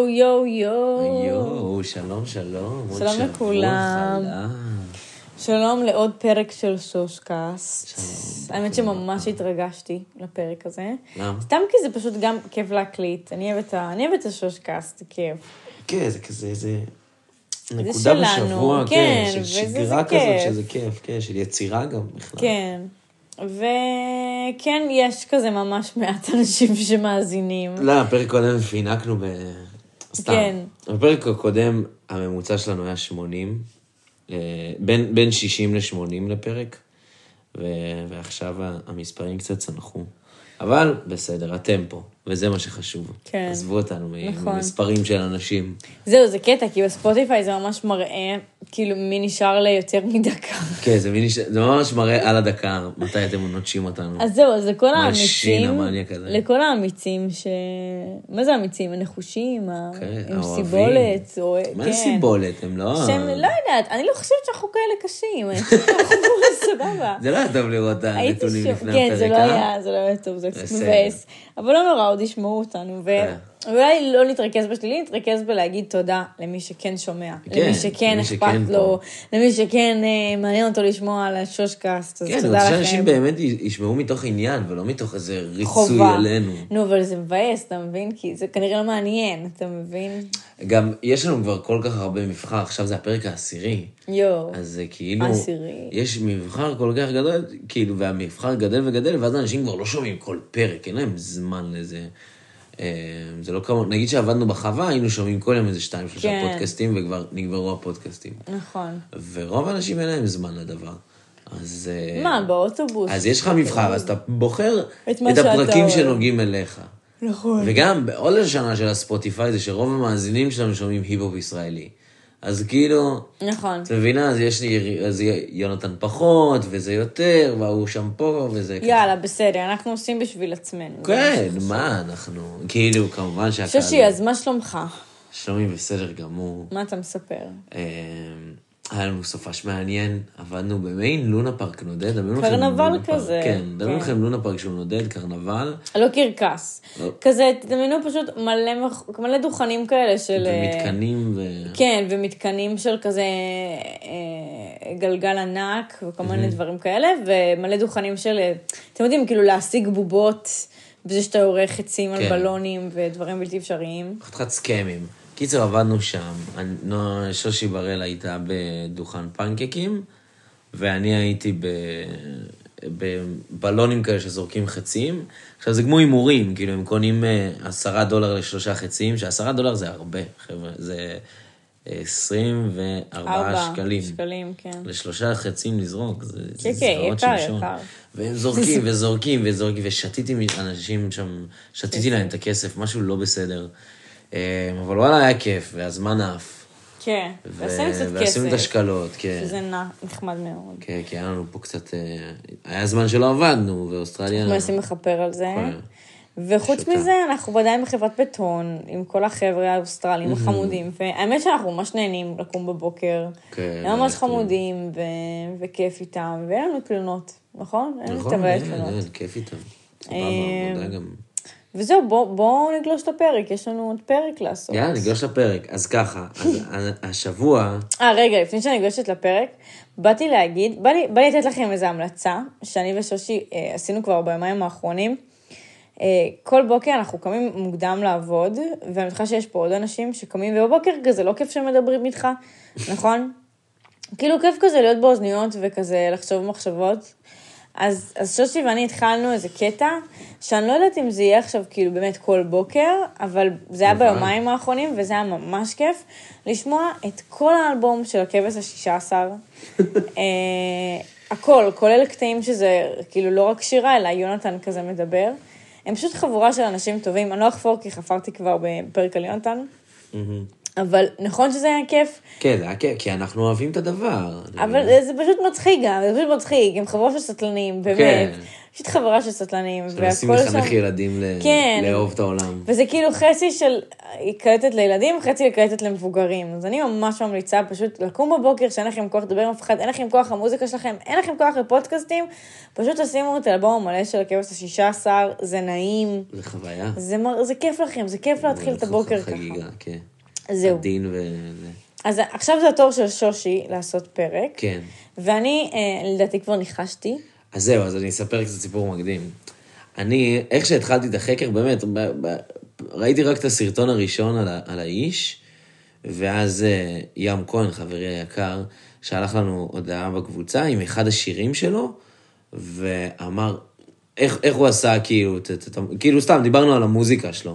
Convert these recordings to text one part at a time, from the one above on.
יו, יו. יו, שלום, שלום. שלום לכולם. שלום לעוד פרק של שושקאסט. האמת שממש התרגשתי לפרק הזה. למה? סתם כי זה פשוט גם כיף להקליט. אני אוהבת את השושקאסט, זה כיף. כן, זה כזה, זה נקודה שלנו, בשבוע, כן, של וזה שגרה כיף. כזאת שזה כיף, כן, של יצירה גם בכלל. כן. וכן, יש כזה ממש מעט אנשים שמאזינים. לא, הפרק קודם פינקנו סתם. כן. בפרק הקודם הממוצע שלנו היה 80, בין 60 ל-80 לפרק, ועכשיו המספרים קצת צנחו. אבל בסדר, אתם פה, וזה מה שחשוב. כן. עזבו אותנו נכון. ממספרים של אנשים. זהו, זה קטע, כי בספוטיפיי זה ממש מראה, כאילו, מי נשאר ליותר מדקה. כן, זה ממש מראה על הדקה, מתי אתם נוטשים אותנו. אז זהו, זה כל מלשין, האמיצים, המניאק הזה. לכל האמיצים מה זה האמיצים? הנחושים, כן, עם האוהבים. סיבולת, מה כן. סיבולת? הם לא... שהם, לא יודעת, אני לא חושבת שאנחנו כאלה קשים, אני חושבת שאנחנו סבבה. זה לא היה טוב לראות את הנתונים לפני כן, הפרק, זה לא היה טוב, זה קצת בסדר. מבאס. אבל לא נורא, עוד ישמעו אותנו. ואולי לא נתרכז בשלילי, נתרכז בלהגיד תודה למי שכן שומע. כן, למי שכן למי אכפת שכן לו, פה. למי שכן מעניין אותו לשמוע על השושקאסט. אז כן, תודה אבל לכם. שאנשים באמת ישמעו מתוך עניין, ולא מתוך איזה ריצוי חובה. עלינו. נו, אבל זה מבאס, אתה מבין? כי זה כנראה לא מעניין, אתה מבין? גם יש לנו כבר כל כך הרבה מבחר, עכשיו זה הפרק העשירי. יואו. אז זה כאילו... העשירי. יש מבחר כל כך גדול, כאילו, והמבחר גדל וגדל, ואז אנשים כבר לא שומעים כל פרק, אין להם זמן לזה. זה לא כמו, נגיד שעבדנו בחווה, היינו שומעים כל יום איזה 2-3 כן. פודקאסטים, וכבר נגברו הפודקאסטים. נכון. ורוב האנשים אין להם זמן לדבר. אז... מה, באוטובוס? אז יש לך מבחר, אז אתה בוחר את מה את שאתה הפרקים אוהב. שנוגעים אליך. נכון. וגם בעוד השנה של הספוטיפיי, זה שרוב המאזינים שלנו שומעים היפ-הופ ישראלי. אז כאילו... נכון. את מבינה, אז יש לי, אז יונתן פחות, וזה יותר, והוא שם פה, וזה ככה. יאללה, בסדר, אנחנו עושים בשביל עצמנו. כן, מה אנחנו, כאילו, כמובן שהקהל... שושי, אז מה שלומך? שלומי בסדר גמור. מה אתה מספר? היה לנו סופש מעניין, עבדנו במין לונה פארק נודד. קרנבל כזה. כן, דמיינו לכם לונה פארק שהוא נודד, קרנבל. לא קרקס. לא. כזה, תדמיינו פשוט מלא דוכנים כאלה של... ומתקנים כן, ומתקנים של כזה גלגל ענק, וכל מיני דברים כאלה, ומלא דוכנים של, אתם יודעים, כאילו להשיג בובות, בזה שאתה עורך חצים על כן. בלונים ודברים בלתי אפשריים. חתיכת סקמים. קיצר, עבדנו שם. שושי בראל הייתה בדוכן פנקקים, ואני הייתי בבלונים כאלה שזורקים חצים. עכשיו, זה כמו הימורים, כאילו, הם קונים $10 ל3 חצים, ש$10 זה הרבה, חבר'ה, זה 24 שקלים. שקלים, כן. ל3 חצים לזרוק, זה כן, זוועות יקר, שמשון. יקר. והם זורקים וזורקים וזורקים, ושתיתי אנשים שם, שתיתי להם את הכסף, משהו לא בסדר. אבל וואלה, היה כיף, והזמן עף. כן, ועשינו קצת כסף. ועשינו את השקלות, כן. שזה נחמד מאוד. כן, כי היה לנו פה קצת... היה זמן שלא עבדנו, ואוסטרליה... אנחנו מנסים לכפר על זה. כן. וחוץ שוטה. מזה, אנחנו עדיין בחברת בטון, עם כל החבר'ה האוסטרלים החמודים, והאמת שאנחנו ממש נהנים לקום בבוקר. כן, הם ממש זה חמודים, וכיף איתם, ואין לנו תלונות, נכון? אין נכון, איתם ואין תלונות. כיף איתם. סבבה, עבודה גם... וזהו, בואו נגלוש לפרק, יש לנו עוד פרק לעשות. יאללה, נגלוש לפרק. אז ככה, השבוע... רגע, לפני שאני נגלשת לפרק, באתי להגיד, בא לי לתת לכם איזו המלצה, שאני ושושי עשינו כבר ביומיים האחרונים. כל בוקר אנחנו קמים מוקדם לעבוד, ואני מתחילה שיש פה עוד אנשים שקמים, ובבוקר כזה לא כיף שמדברים איתך, נכון? כאילו כיף כזה להיות באוזניות וכזה לחשוב מחשבות. אז שושי ואני התחלנו איזה קטע, שאני לא יודעת אם זה יהיה עכשיו כאילו באמת כל בוקר, אבל זה היה ביומיים האחרונים, וזה היה ממש כיף, לשמוע את כל האלבום של הכבש ה-16, הכל, כולל קטעים שזה כאילו לא רק שירה, אלא יונתן כזה מדבר. הם פשוט חבורה של אנשים טובים, אני לא אחפור כי חפרתי כבר בפרק על יונתן, אבל נכון שזה היה כיף, כן, זה היה כיף, כי אנחנו אוהבים את הדבר. אבל זה פשוט מצחיק גם, זה פשוט מצחיק, עם חברות של סטלנים, באמת. פשוט חברה של סטלנים. שמנסים לחנך ילדים לאהוב את העולם. וזה כאילו חצי של קלטת לילדים, חצי לקלטת למבוגרים. אז אני ממש ממליצה פשוט לקום בבוקר, שאין לכם כוח לדבר עם אף אחד, אין לכם כוח המוזיקה שלכם, אין לכם כוח לפודקאסטים, פשוט תשימו את האלבום המלא של הכבש ה-16, זה נעים. זה חוויה. זה כיף לכם, זה כיף להתחיל את הבוקר ככה. חגיגה, כן. זהו. הדין אז עכשיו זה התור של שושי לעשות פרק. כן. ואני, לדעתי כבר ניחשתי. אז זהו, אז אני אספר קצת סיפור מקדים. אני, איך שהתחלתי את החקר, באמת, ראיתי רק את הסרטון הראשון על האיש, ואז ים כהן, חברי היקר, שלח לנו הודעה בקבוצה עם אחד השירים שלו, ואמר, איך הוא עשה, כאילו סתם, דיברנו על המוזיקה שלו.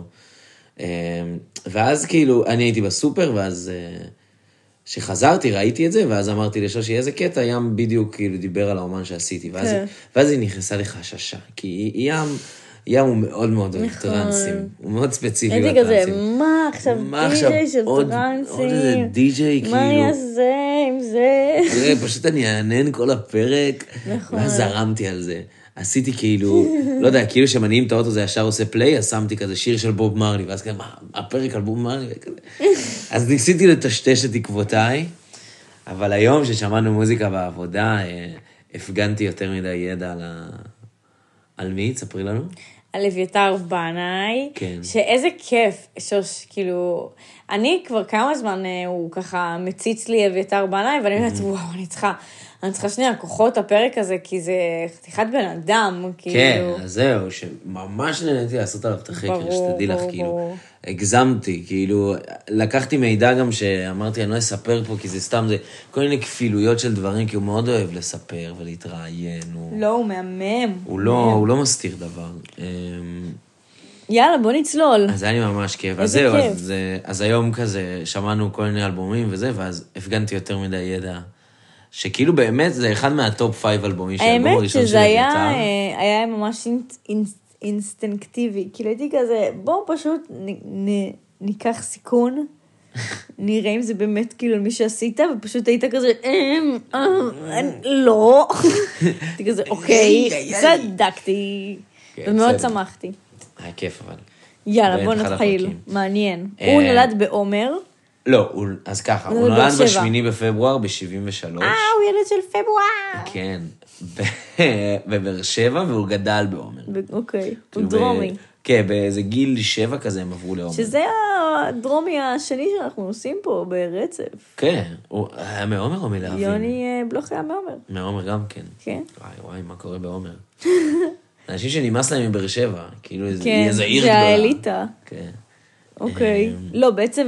ואז כאילו, אני הייתי בסופר, ואז שחזרתי, ראיתי את זה, ואז אמרתי לשושי, איזה קטע, ים בדיוק כאילו דיבר על האומן שעשיתי, ואז היא נכנסה לחששה, כי ים הוא מאוד מאוד אוהב טרנסים, הוא מאוד ספציפי בטרנסים. הייתי כזה, מה עכשיו די-ג'יי של טרנסים? עוד איזה די-ג'יי כאילו. מה אני אעשה עם זה? פשוט אני אענן כל הפרק, ואז זרמתי על זה. עשיתי כאילו, לא יודע, כאילו שמניעים את האוטו זה ישר עושה פליי, אז שמתי כזה שיר של בוב מרלי, ואז כזה, מה, הפרק על בוב מרלי? אז ניסיתי לטשטש את תקוותיי, אבל היום ששמענו מוזיקה בעבודה, הפגנתי יותר מדי ידע על מי? תספרי לנו. על אביתר בנאי, כן. שאיזה כיף, שוש, כאילו, אני כבר כמה זמן הוא ככה מציץ לי אביתר בנאי, ואני אומרת, וואו, אני צריכה שנייה, כוחות הפרק הזה, כי זה חתיכת בן אדם, כאילו. כן, אז זהו, שממש נהניתי לעשות עליו את החקר, שתדעי לך, כאילו, הגזמתי, כאילו, לקחתי מידע גם שאמרתי, אני לא אספר פה, כי זה סתם, זה כל מיני כפילויות של דברים, כי הוא מאוד אוהב לספר ולהתראיין. לא, הוא מהמם. הוא לא מסתיר דבר. יאללה, בוא נצלול. אז היה לי ממש כיף. אז זהו, אז היום כזה, שמענו כל מיני אלבומים וזה, ואז הפגנתי יותר מדי ידע. שכאילו באמת זה אחד מהטופ 5 אלבומים של אלבום הראשון של אביתר. האמת שזה היה ממש אינסטינקטיבי. כאילו הייתי כזה, בואו פשוט ניקח סיכון, נראה אם זה באמת כאילו מי שעשית, ופשוט היית כזה, לא. הייתי כזה, אוקיי, צדקתי. ומאוד שמחתי. היה כיף אבל. יאללה, בוא נתחיל. מעניין. הוא נולד בעומר. לא, אז ככה, הוא נולד בשמיני בפברואר, ב-73. הוא ילד של פברואר. כן, בבאר שבע, והוא גדל בעומר. אוקיי, הוא דרומי. כן, באיזה גיל 7 כזה הם עברו לעומר. שזה הדרומי השני שאנחנו עושים פה ברצף. כן, הוא היה מעומר או מלהבים? יוני בלוך היה מעומר. מעומר גם כן. כן. וואי, מה קורה בעומר? אנשים שנמאס להם מבאר שבע, כאילו איזה עיר גדולה. גדולה. זה האליטה. כן. אוקיי. לא, בעצם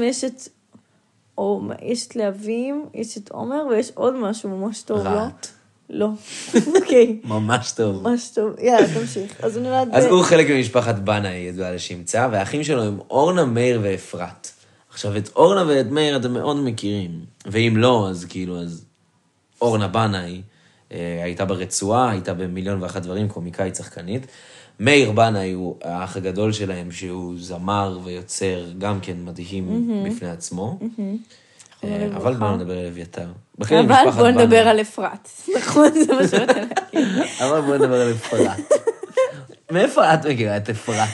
יש את להבים, יש את עומר, ויש עוד משהו ממש טוב, לא? רעת. לא. אוקיי. ממש טוב. ממש טוב. יאללה, תמשיך. אז הוא נולד... אז הוא חלק ממשפחת בנאי, ידוע לשמצה, והאחים שלו הם אורנה, מאיר ואפרת. עכשיו, את אורנה ואת מאיר אתם מאוד מכירים. ואם לא, אז כאילו, אז אורנה בנאי הייתה ברצועה, הייתה במיליון ואחת דברים, קומיקאית, שחקנית. מאיר בנאי הוא האח הגדול שלהם, שהוא זמר ויוצר, גם כן מדהים בפני עצמו. אבל בואו נדבר על אביתר. אבל בואו נדבר על אפרת. נכון, זה מה שאתה להגיד. אבל בואו נדבר על אפרת. מאיפה את מכירה את אפרת?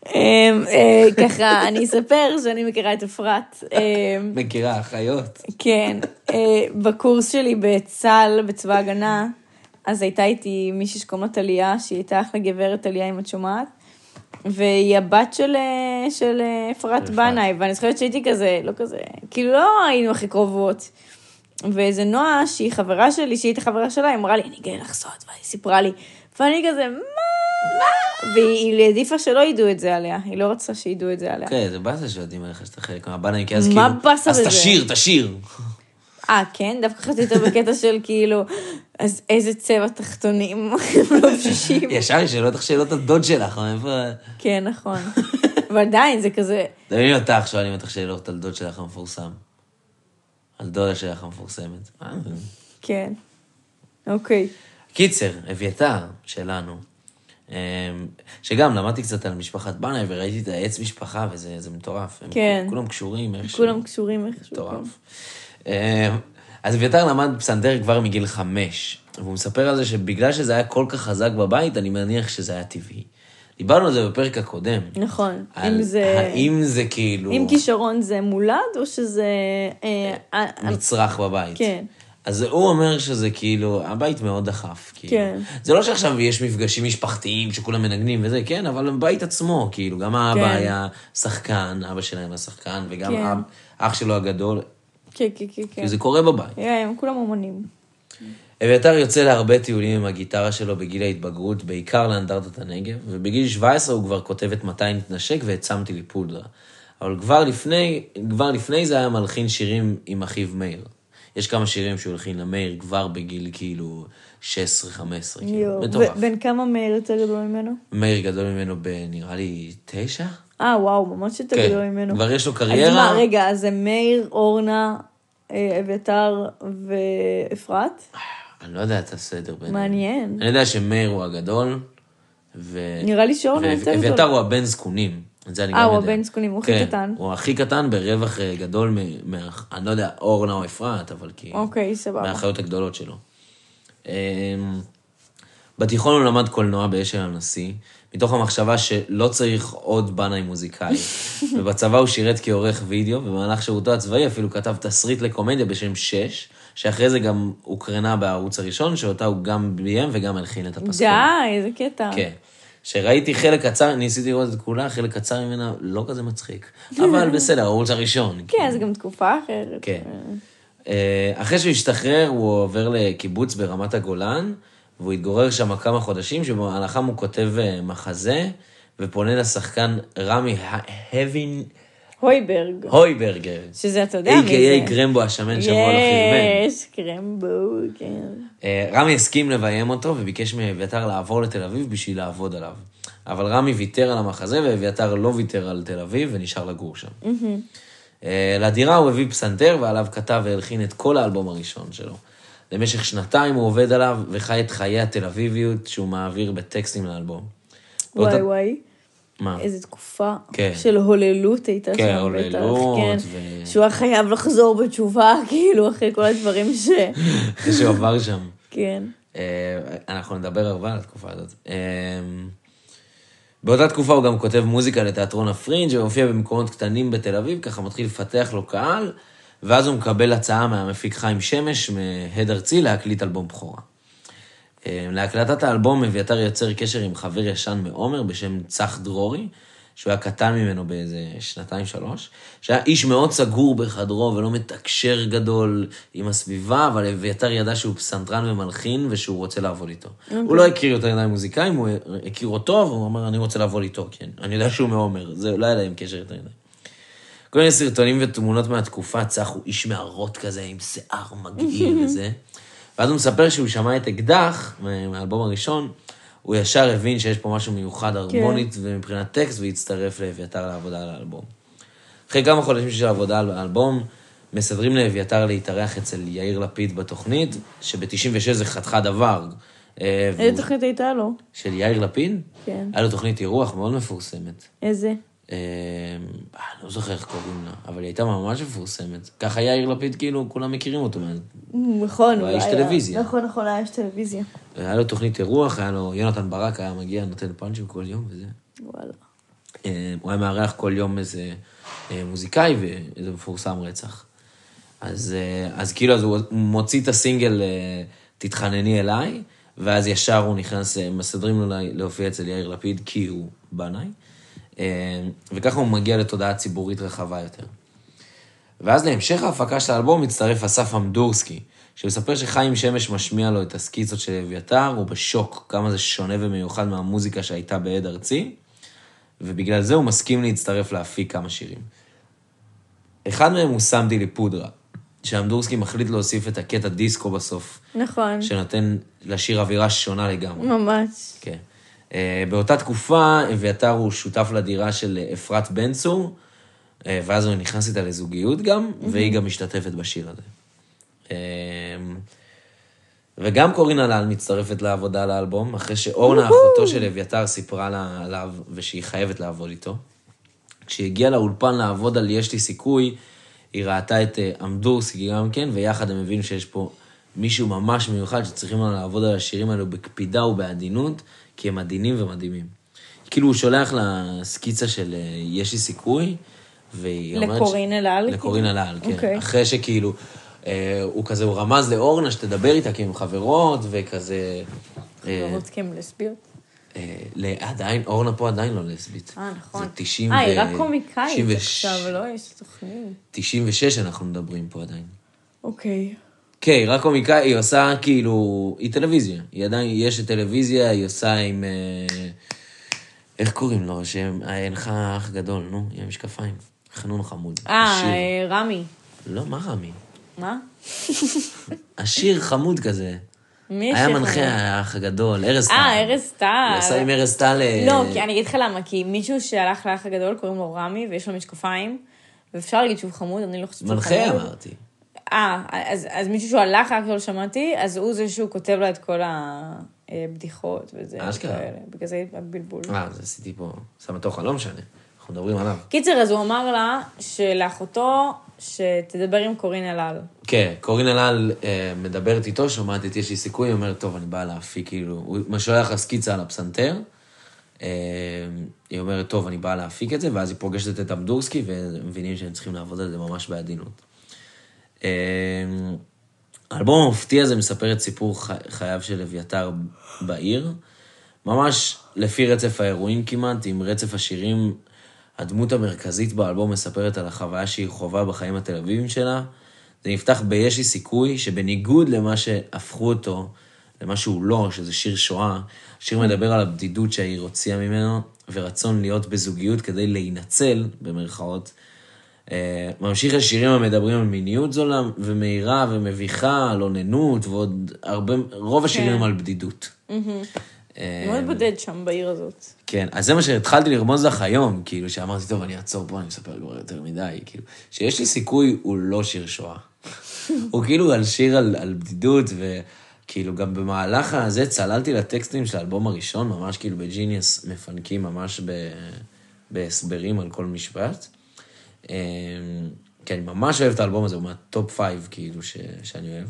ככה, אני אספר שאני מכירה את אפרת. מכירה, אחיות. כן. בקורס שלי בצה"ל, בצבא הגנה, אז הייתה איתי מישהי שקוראים לה טליה, שהיא הייתה אחלה גברת טליה, אם את שומעת. והיא הבת של אפרת בנאי, ואני זוכרת שהייתי כזה, לא כזה, כאילו לא היינו הכי קרובות. ואיזה נועה, שהיא חברה שלי, שהיא הייתה חברה שלה, היא אמרה לי, אני גאה לך סוד, והיא סיפרה לי. ואני כזה, מה? והיא העדיפה שלא ידעו את זה עליה, היא לא רצה שידעו את זה עליה. כן, זה באסה שיודעים עליך שאתה חלק מהבנאי, כי אז כאילו, מה באסה בזה? אז תשיר. כן? דווקא חזית בקטע של כאילו, אז איזה צבע תחתונים, לא בשישים. ישר לי שאלות על דוד שלך, כן, נכון. אבל עדיין, זה כזה... דמיין אותך, שואלים אותך שאלות על דוד שלך המפורסם. על דודה שלך המפורסמת. כן. אוקיי. קיצר, אביתר שלנו, שגם למדתי קצת על משפחת בנאי, וראיתי את העץ משפחה, וזה מטורף. כן. כולם קשורים איכשהו. כולם קשורים איכשהו. מטורף. אז אביתר למד פסנתר כבר מגיל 5, והוא מספר על זה שבגלל שזה היה כל כך חזק בבית, אני מניח שזה היה טבעי. דיברנו על זה בפרק הקודם. נכון. האם זה כאילו... אם כישרון זה מולד, או שזה... מצרך בבית. כן. אז הוא אומר שזה כאילו, הבית מאוד דחף. כאילו. כן. זה לא שעכשיו יש מפגשים משפחתיים שכולם מנגנים וזה, כן, אבל בבית עצמו, כאילו, גם האבא כן. היה שחקן, אבא שלהם היה שחקן, וגם כן. אח שלו הגדול. כן, כן, כן. כאילו זה קורה בבית. הם כולם אומנים. אביתר יוצא להרבה טיולים עם הגיטרה שלו בגיל ההתבגרות, בעיקר לאנדרטת הנגב, ובגיל 17 הוא כבר כותב את מתי נתנשק ואת שמתי לי פודרה. אבל כבר לפני זה היה מלחין שירים עם אחיו מאיר. יש כמה שירים שהוא הלחין למאיר כבר בגיל כאילו 16-15, כאילו, מטורף. בין כמה מאיר יותר גדול ממנו? מאיר גדול ממנו בנראה לי 9? וואו, ממש יותר כן, גדול ממנו. כבר יש לו קריירה. אז מה, רגע, אז זה מאיר, אורנה, אביתר ואפרת? אני לא יודע את הסדר ביניהם. מעניין. אני יודע שמאיר הוא הגדול, נראה לי שאורנה יותר גדול. ואביתר הוא הבן זקונים. את זה אני גם יודע. הוא הבן זקונים, הוא הכי קטן. הוא הכי קטן ברווח גדול, אני לא יודע, אורנה או אפרת, אבל כאילו... אוקיי, סבבה. מהאחיות הגדולות שלו. בתיכון הוא למד קולנוע באשל הנשיא, מתוך המחשבה שלא צריך עוד בנאי מוזיקאי. ובצבא הוא שירת כעורך וידאו, ובמהלך שירותו הצבאי אפילו כתב תסריט לקומדיה בשם 6, שאחרי זה גם הוקרנה בערוץ הראשון, שאותה הוא גם ביים וגם הלחין את הפסקול. די, איזה קטע. כן. שראיתי חלק קצר, ניסיתי לראות את כולה, חלק קצר ממנה לא כזה מצחיק. אבל בסדר, הערוץ הראשון. כן, זה גם תקופה אחרת. כן. אחרי שהוא השתחרר, הוא עובר לקיבוץ ברמת הגולן, והוא התגורר שם כמה חודשים, שבמהלכם הוא כותב מחזה, ופונה לשחקן רמי הויברגר. שזה, אתה יודע מי זה. A.K.A. קרמבו השמן שבוע לא חרבן. יש, קרמבו, כן. רמי הסכים לביים אותו, וביקש מאביתר לעבור לתל אביב בשביל לעבוד עליו. אבל רמי ויתר על המחזה, ואביתר לא ויתר על תל אביב, ונשאר לגור שם. לדירה הוא הביא פסנתר, ועליו כתב והלחין את כל האלבום הראשון שלו. למשך 2 הוא עובד עליו, וחי את חיי התל אביביות, שהוא מעביר בטקסטים לאלבום. וואי. מה? איזו תקופה של הוללות הייתה שם. כן, הוללות. שהוא היה חייב לחזור בתשובה, כאילו, אחרי כל הדברים אחרי שהוא עבר שם. כן. אנחנו נדבר הרבה על התקופה הזאת. באותה תקופה הוא גם כותב מוזיקה לתיאטרון הפרינג' ומופיע במקומות קטנים בתל אביב, ככה מתחיל לפתח לו קהל, ואז הוא מקבל הצעה מהמפיק חיים שמש, מהד ארצי, להקליט אלבום בכורה. להקלטת האלבום אביתר יוצר קשר עם חבר ישן מעומר בשם צח דרורי, שהוא היה קטן ממנו באיזה 2-3, שהיה איש מאוד סגור בחדרו ולא מתקשר גדול עם הסביבה, אבל אביתר ידע שהוא פסנתרן ומלחין ושהוא רוצה לעבוד איתו. הוא לא הכיר יותר ידיים מוזיקאים, הוא הכיר אותו והוא אמר, אני רוצה לעבוד איתו, כן. אני יודע שהוא מעומר, זה לא היה להם קשר יותר ידיים. כל מיני סרטונים ותמונות מהתקופה, צח הוא איש מערות כזה עם שיער מגעיל וזה. ואז הוא מספר שהוא שמע את אקדח מהאלבום הראשון, הוא ישר הבין שיש פה משהו מיוחד הרמונית ומבחינת טקסט, והצטרף לאביתר לעבודה על האלבום. אחרי כמה חודשים של עבודה על האלבום, מסדרים לאביתר להתארח אצל יאיר לפיד בתוכנית, שב-96 זה חתיכה דבר. איזה תוכנית הייתה לו? של יאיר לפיד? כן. היה לו תוכנית אירוח מאוד מפורסמת. איזה? אני לא זוכר איך קוראים לה, אבל היא הייתה ממש מפורסמת. ככה יאיר לפיד, כאילו, כולם מכירים אותו. נכון. הוא היה איש טלוויזיה. נכון, היה איש טלוויזיה. היה לו תוכנית אירוח, היה לו, יונתן ברק היה מגיע, נותן פאנצ'ים כל יום וזה. וואלה. הוא היה מארח כל יום איזה מוזיקאי ואיזה מפורסם רצח. אז כאילו, אז הוא מוציא את הסינגל תתחנני אליי, ואז ישר הוא נכנס, מסדרים לו להופיע אצל יאיר לפיד, כי הוא בנאי. וככה הוא מגיע לתודעה ציבורית רחבה יותר. ואז להמשך ההפקה של האלבום מצטרף אסף אמדורסקי, שמספר שחיים שמש משמיע לו את הסקיצות של אביתר, הוא בשוק כמה זה שונה ומיוחד מהמוזיקה שהייתה בעד ארצי, ובגלל זה הוא מסכים להצטרף להפיק כמה שירים. אחד מהם הוא שמתי לי פודרה, שאמדורסקי מחליט להוסיף את הקטע דיסקו בסוף. נכון. שנותן לשיר אווירה שונה לגמרי. ממש. כן. באותה תקופה, אביתר הוא שותף לדירה של אפרת בן צור, ואז הוא נכנס איתה לזוגיות גם, והיא גם משתתפת בשיר הזה. וגם קורין הלל מצטרפת לעבודה על האלבום, אחרי שאורנה, אחותו של אביתר, סיפרה לה עליו, ושהיא חייבת לעבוד איתו. כשהיא הגיעה לאולפן לעבוד על יש לי סיכוי, היא ראתה את אמדורסקי גם כן, ויחד הם הבינו שיש פה מישהו ממש מיוחד, שצריכים לעבוד על השירים האלו בקפידה ובעדינות, כי הם עדינים ומדהימים. כאילו הוא שולח לה סקיצה של יש לי סיכוי, והיא אומרת... לקורין הלל? לקורין הלל, כן. אחרי שכאילו... הוא כזה, הוא רמז לאורנה שתדבר איתה כי הם חברות, וכזה... חברות כי הם לסביות? עדיין, אורנה פה עדיין לא לסבית. נכון. זה 90 היא רק קומיקאית עכשיו, לא? יש תוכנית. 96 אנחנו מדברים פה עדיין. אוקיי. כן, היא רק קומיקאית, היא עושה כאילו... היא טלוויזיה. היא עדיין, יש טלוויזיה, היא עושה עם... איך קוראים לו? שאין לך אח גדול, נו, עם משקפיים. חנון חמוד. רמי. לא, מה רמי? מה? השיר חמוד כזה. מי השיר? היה מנחה האח הגדול, ארז טל. ארז טל. הוא עשה עם ארז טל... לא, כי אני אגיד לך למה, כי מישהו שהלך לאח הגדול, קוראים לו רמי, ויש לו משקפיים, ואפשר להגיד שהוא חמוד, אני לא חושבת שהוא חמוד. מנחה אמרתי. אז מישהו שהוא הלך לאח הגדול שמעתי, אז הוא זה שהוא כותב לו את כל הבדיחות וזה. אשכרה. בגלל זה הבלבול. אז עשיתי פה, שם התוך, לא משנה. אנחנו מדברים עליו. קיצר, אז הוא אמר לה שלאחותו שתדבר עם קורין הלל. כן, קורין הלל מדברת איתו, שומעת את יש לי סיכוי, היא אומרת, טוב, אני באה להפיק, כאילו, הוא משולח לה סקיצה על הפסנתר, היא אומרת, טוב, אני באה להפיק את זה, ואז היא פוגשת את אמדורסקי, ומבינים שהם צריכים לעבוד על זה ממש בעדינות. האלבום המופתי הזה מספר את סיפור חייו של אביתר בעיר, ממש לפי רצף האירועים כמעט, עם רצף השירים, הדמות המרכזית באלבום מספרת על החוויה שהיא חובה בחיים התל אביביים שלה. זה נפתח ביש לי סיכוי, שבניגוד למה שהפכו אותו, למה שהוא לא, שזה שיר שואה, השיר מדבר על הבדידות שהעיר הוציאה ממנו, ורצון להיות בזוגיות כדי להינצל, במרכאות. ממשיך לשירים המדברים על מיניות זולה, ומהירה ומביכה, על עוננות, ועוד הרבה, רוב השירים על בדידות. מאוד בודד שם בעיר הזאת. כן, אז זה מה שהתחלתי לרמוז לך היום, כאילו, שאמרתי, טוב, אני אעצור פה, אני מספר כבר יותר מדי, כאילו, שיש לי סיכוי, הוא לא שיר שואה. הוא כאילו על שיר על בדידות, וכאילו, גם במהלך הזה צללתי לטקסטים של האלבום הראשון, ממש כאילו בג'יניוס מפנקים, ממש בהסברים על כל משפט. כי אני ממש אוהב את האלבום הזה, הוא מהטופ 5, כאילו, שאני אוהב.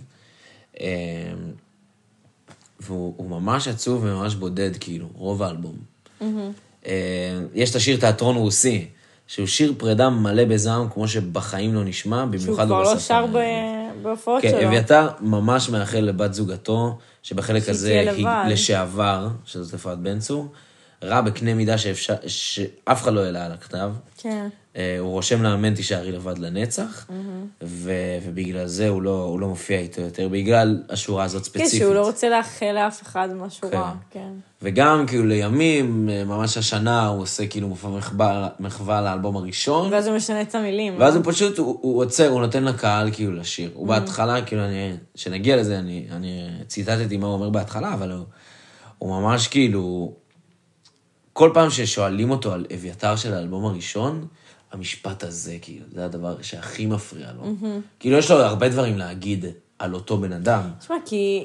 והוא ממש עצוב וממש בודד, כאילו, רוב האלבום. יש את השיר תיאטרון רוסי, שהוא שיר פרידה מלא בזעם, כמו שבחיים לא נשמע, במיוחד שהוא כבר לא שר בהופעות שלו. כן, אביתר ממש מאחל לבת זוגתו, שבחלק הזה היא לשעבר, שזאת אפרת בן צור, רע בקנה מידה שאף אחד לא העלה על הכתב. כן. הוא רושם לאמן תישארי לבד לנצח, ובגלל זה הוא לא מופיע איתו יותר, בגלל השורה הזאת ספציפית. כן, שהוא לא רוצה לאחל לאף אחד משהו רע, כן. וגם כאילו לימים, ממש השנה, הוא עושה כאילו מחווה לאלבום הראשון. ואז הוא משנה את המילים. ואז הוא פשוט, הוא עוצר, הוא נותן לקהל כאילו לשיר. הוא בהתחלה, כאילו, שנגיע לזה, אני ציטטתי מה הוא אומר בהתחלה, אבל הוא ממש כאילו, כל פעם ששואלים אותו על אביתר של האלבום הראשון, המשפט הזה, כאילו, זה הדבר שהכי מפריע לו. כאילו, יש לו הרבה דברים להגיד על אותו בן אדם. תשמע,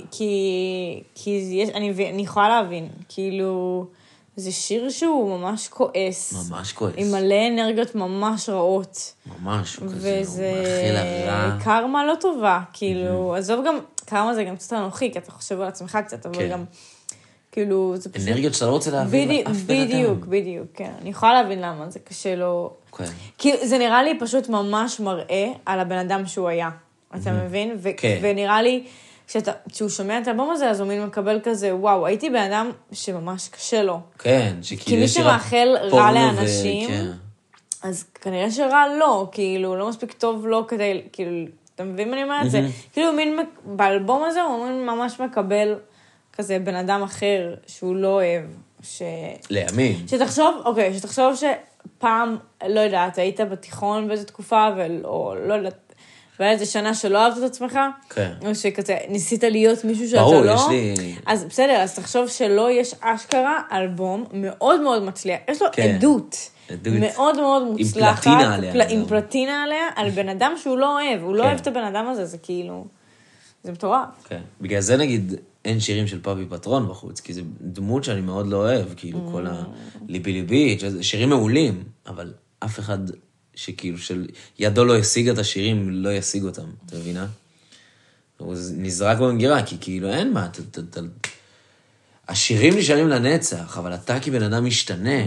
כי אני יכולה להבין, כאילו, זה שיר שהוא ממש כועס. ממש כועס. עם מלא אנרגיות ממש רעות. ממש, הוא כזה, וזה הוא מאחל הרע. קרמה לא טובה, כאילו, עזוב גם, קרמה זה גם קצת אנוכי, כי אתה חושב על עצמך קצת, אבל גם, כאילו, זה פשוט... אנרגיות שאתה לא רוצה להבין לאף בן אדם. בדיוק, כן. אני יכולה להבין למה, זה קשה לו... כי זה נראה לי פשוט ממש מראה על הבן אדם שהוא היה. אתה מבין? ונראה לי, כשהוא שומע את האלבום הזה, אז הוא מין מקבל כזה, וואו, הייתי בן אדם שממש קשה לו. כן, כי מי שמאחל רע לאנשים, אז כנראה שרע לא, כאילו, לא מספיק טוב לו כדי, כאילו, אתה מבין מה אני אומרת? זה, כאילו, מין, באלבום הזה הוא ממש מקבל כזה בן אדם אחר שהוא לא אוהב, להאמין. שתחשוב שפעם, לא יודעת, היית בתיכון באיזו תקופה, או לא יודעת, והיה איזה שנה שלא אהבת את עצמך, או שכזה, ניסית להיות מישהו שאתה לא. ברור, יש לי... אז בסדר, אז תחשוב שלא יש אשכרה אלבום מאוד מאוד מצליח. יש לו עדות מאוד מאוד מוצלחת. עם פלטינה עליה, על בן אדם שהוא לא אוהב. הוא לא אוהב את הבן אדם הזה, זה כאילו... זה מטורף. כן. בגלל זה נגיד אין שירים של פאבי פטרון בחוץ, כי זה דמות שאני מאוד לא אוהב, כאילו כל הליבי ליבי, שירים מעולים, אבל אף אחד שכאילו של ידו לא השיג את השירים, לא ישיג אותם, אתה מבינה? הוא נזרק במגירה, כי כאילו אין מה, השירים נשארים לנצח, אבל אתה כבן אדם משתנה,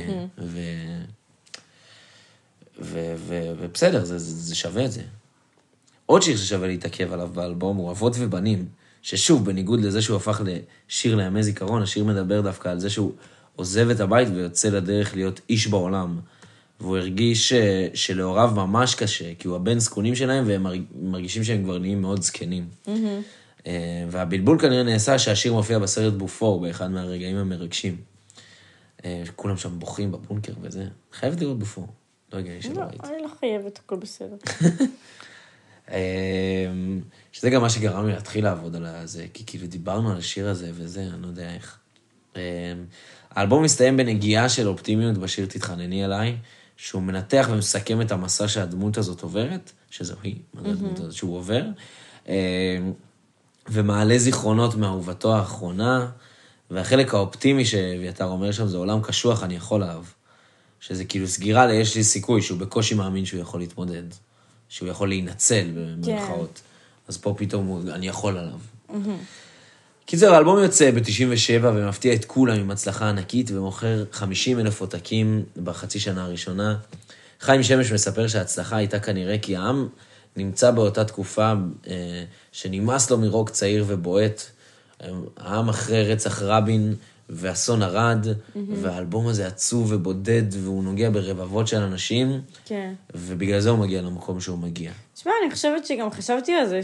ובסדר, זה שווה את זה. עוד שיר ששווה להתעכב עליו באלבום הוא אבות ובנים, ששוב, בניגוד לזה שהוא הפך לשיר לימי זיכרון, השיר מדבר דווקא על זה שהוא עוזב את הבית ויוצא לדרך להיות איש בעולם. והוא הרגיש שלהוריו ממש קשה, כי הוא הבן זקונים שלהם, והם מרגישים שהם כבר נהיים מאוד זקנים. והבלבול כנראה נעשה שהשיר מופיע בסרט בופור, באחד מהרגעים המרגשים. כולם שם בוכים בבונקר וזה. חייבת לראות בופור. לא הגיע שלא ראיתי. אני לא חייבת, הכל בסדר. שזה גם מה שגרם לי להתחיל לעבוד על זה, כי כאילו דיברנו על השיר הזה וזה, אני לא יודע איך. האלבום מסתיים בנגיעה של אופטימיות בשיר תתחנני עליי, שהוא מנתח ומסכם את המסע שהדמות הזאת עוברת, שזו היא, מה זה הדמות הזאת שהוא עובר, ומעלה זיכרונות מאהובתו האחרונה, והחלק האופטימי שאביתר אומר שם, זה עולם קשוח, אני יכול עליו. שזה כאילו סגירה יש לי סיכוי, שהוא בקושי מאמין שהוא יכול להתמודד, שהוא יכול להינצל במרכאות. אז פה פתאום אני יכול עליו. קיצר, האלבום יוצא ב-97 ומפתיע את כולם עם הצלחה ענקית, ומוכר 50,000 עותקים בחצי שנה הראשונה. חיים שמש מספר שההצלחה הייתה כנראה כי העם נמצא באותה תקופה שנמאס לו מרוק צעיר ובועט. העם אחרי רצח רבין ואסון ארד, והאלבום הזה עצוב ובודד, והוא נוגע ברבבות של אנשים, כן. ובגלל זה הוא מגיע למקום שהוא מגיע. תשמע, אני חושבת שגם חשבתי על זה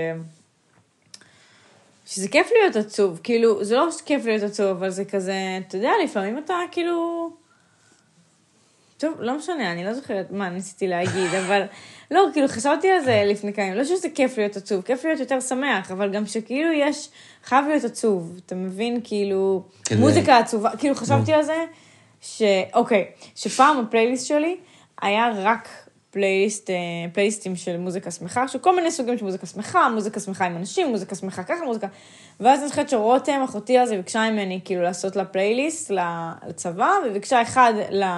שזה כיף להיות עצוב, כאילו, זה לא כיף להיות עצוב, אבל זה כזה, אתה יודע, לפעמים אתה כאילו... טוב, לא משנה, אני לא זוכרת מה ניסיתי להגיד, אבל לא, כאילו, חשבתי על זה לפני כמה, לא שזה כיף להיות עצוב, כיף להיות יותר שמח, אבל גם שכאילו יש, חייב להיות עצוב, אתה מבין, כאילו, מוזיקה עצובה, כאילו, חשבתי על זה, אוקיי, שפעם הפלייליסט שלי היה רק פלייליסטים של מוזיקה שמחה, שכל מיני סוגים של מוזיקה שמחה עם אנשים, מוזיקה שמחה ככה, מוזיקה, ואז אני זוכרת שרותם, אחותי הזה, ביקשה ממני כאילו לעשות לה פלייליסט לצבא, וביקשה אחד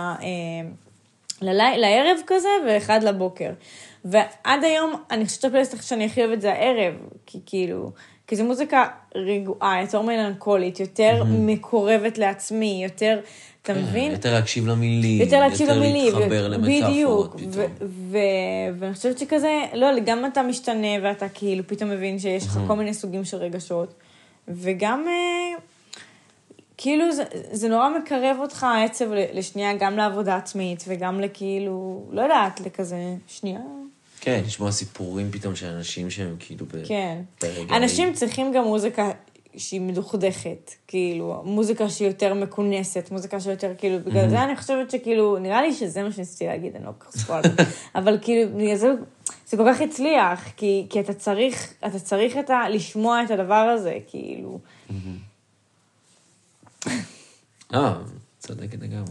לערב כזה, ואחד לבוקר. ועד היום, אני חושבת שהפלייליסט שאני הכי אוהבת זה הערב, כי כאילו, כי זו מוזיקה רגועה, יותר מלנכולית, יותר מקורבת לעצמי, יותר... אתה מבין? יותר להקשיב למילים, יותר להתחבר למטאפורות פתאום. ואני חושבת שכזה, לא, גם אתה משתנה ואתה כאילו פתאום מבין שיש לך כל מיני סוגים של רגשות, וגם כאילו זה נורא מקרב אותך העצב לשנייה, גם לעבודה עצמית וגם לכאילו, לא יודעת, לכזה שנייה. כן, לשמוע סיפורים פתאום של אנשים שהם כאילו כן. אנשים צריכים גם מוזיקה שהיא מדוכדכת, כאילו, מוזיקה שהיא יותר מכונסת, מוזיקה שהיא יותר, כאילו, בגלל זה אני חושבת שכאילו, נראה לי שזה מה שניסיתי להגיד, אני לא כל כך ספורה, אבל כאילו, זה כל כך הצליח, כי אתה צריך לשמוע את הדבר הזה, כאילו. צודקת לגמרי.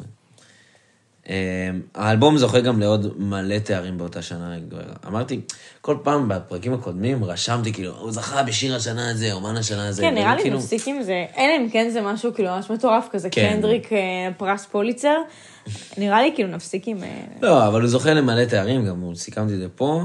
האלבום זוכה גם לעוד מלא תארים באותה שנה. אמרתי, כל פעם בפרקים הקודמים רשמתי כאילו, הוא זכה בשיר השנה הזה, אומן השנה הזה. כן, נראה לי נפסיק עם זה. אלא אם כן זה משהו כאילו ממש מטורף כזה, קנדריק פרס פוליצר. נראה לי כאילו נפסיק עם... לא, אבל הוא זוכה למלא תארים, גם הוא סיכמתי את זה פה.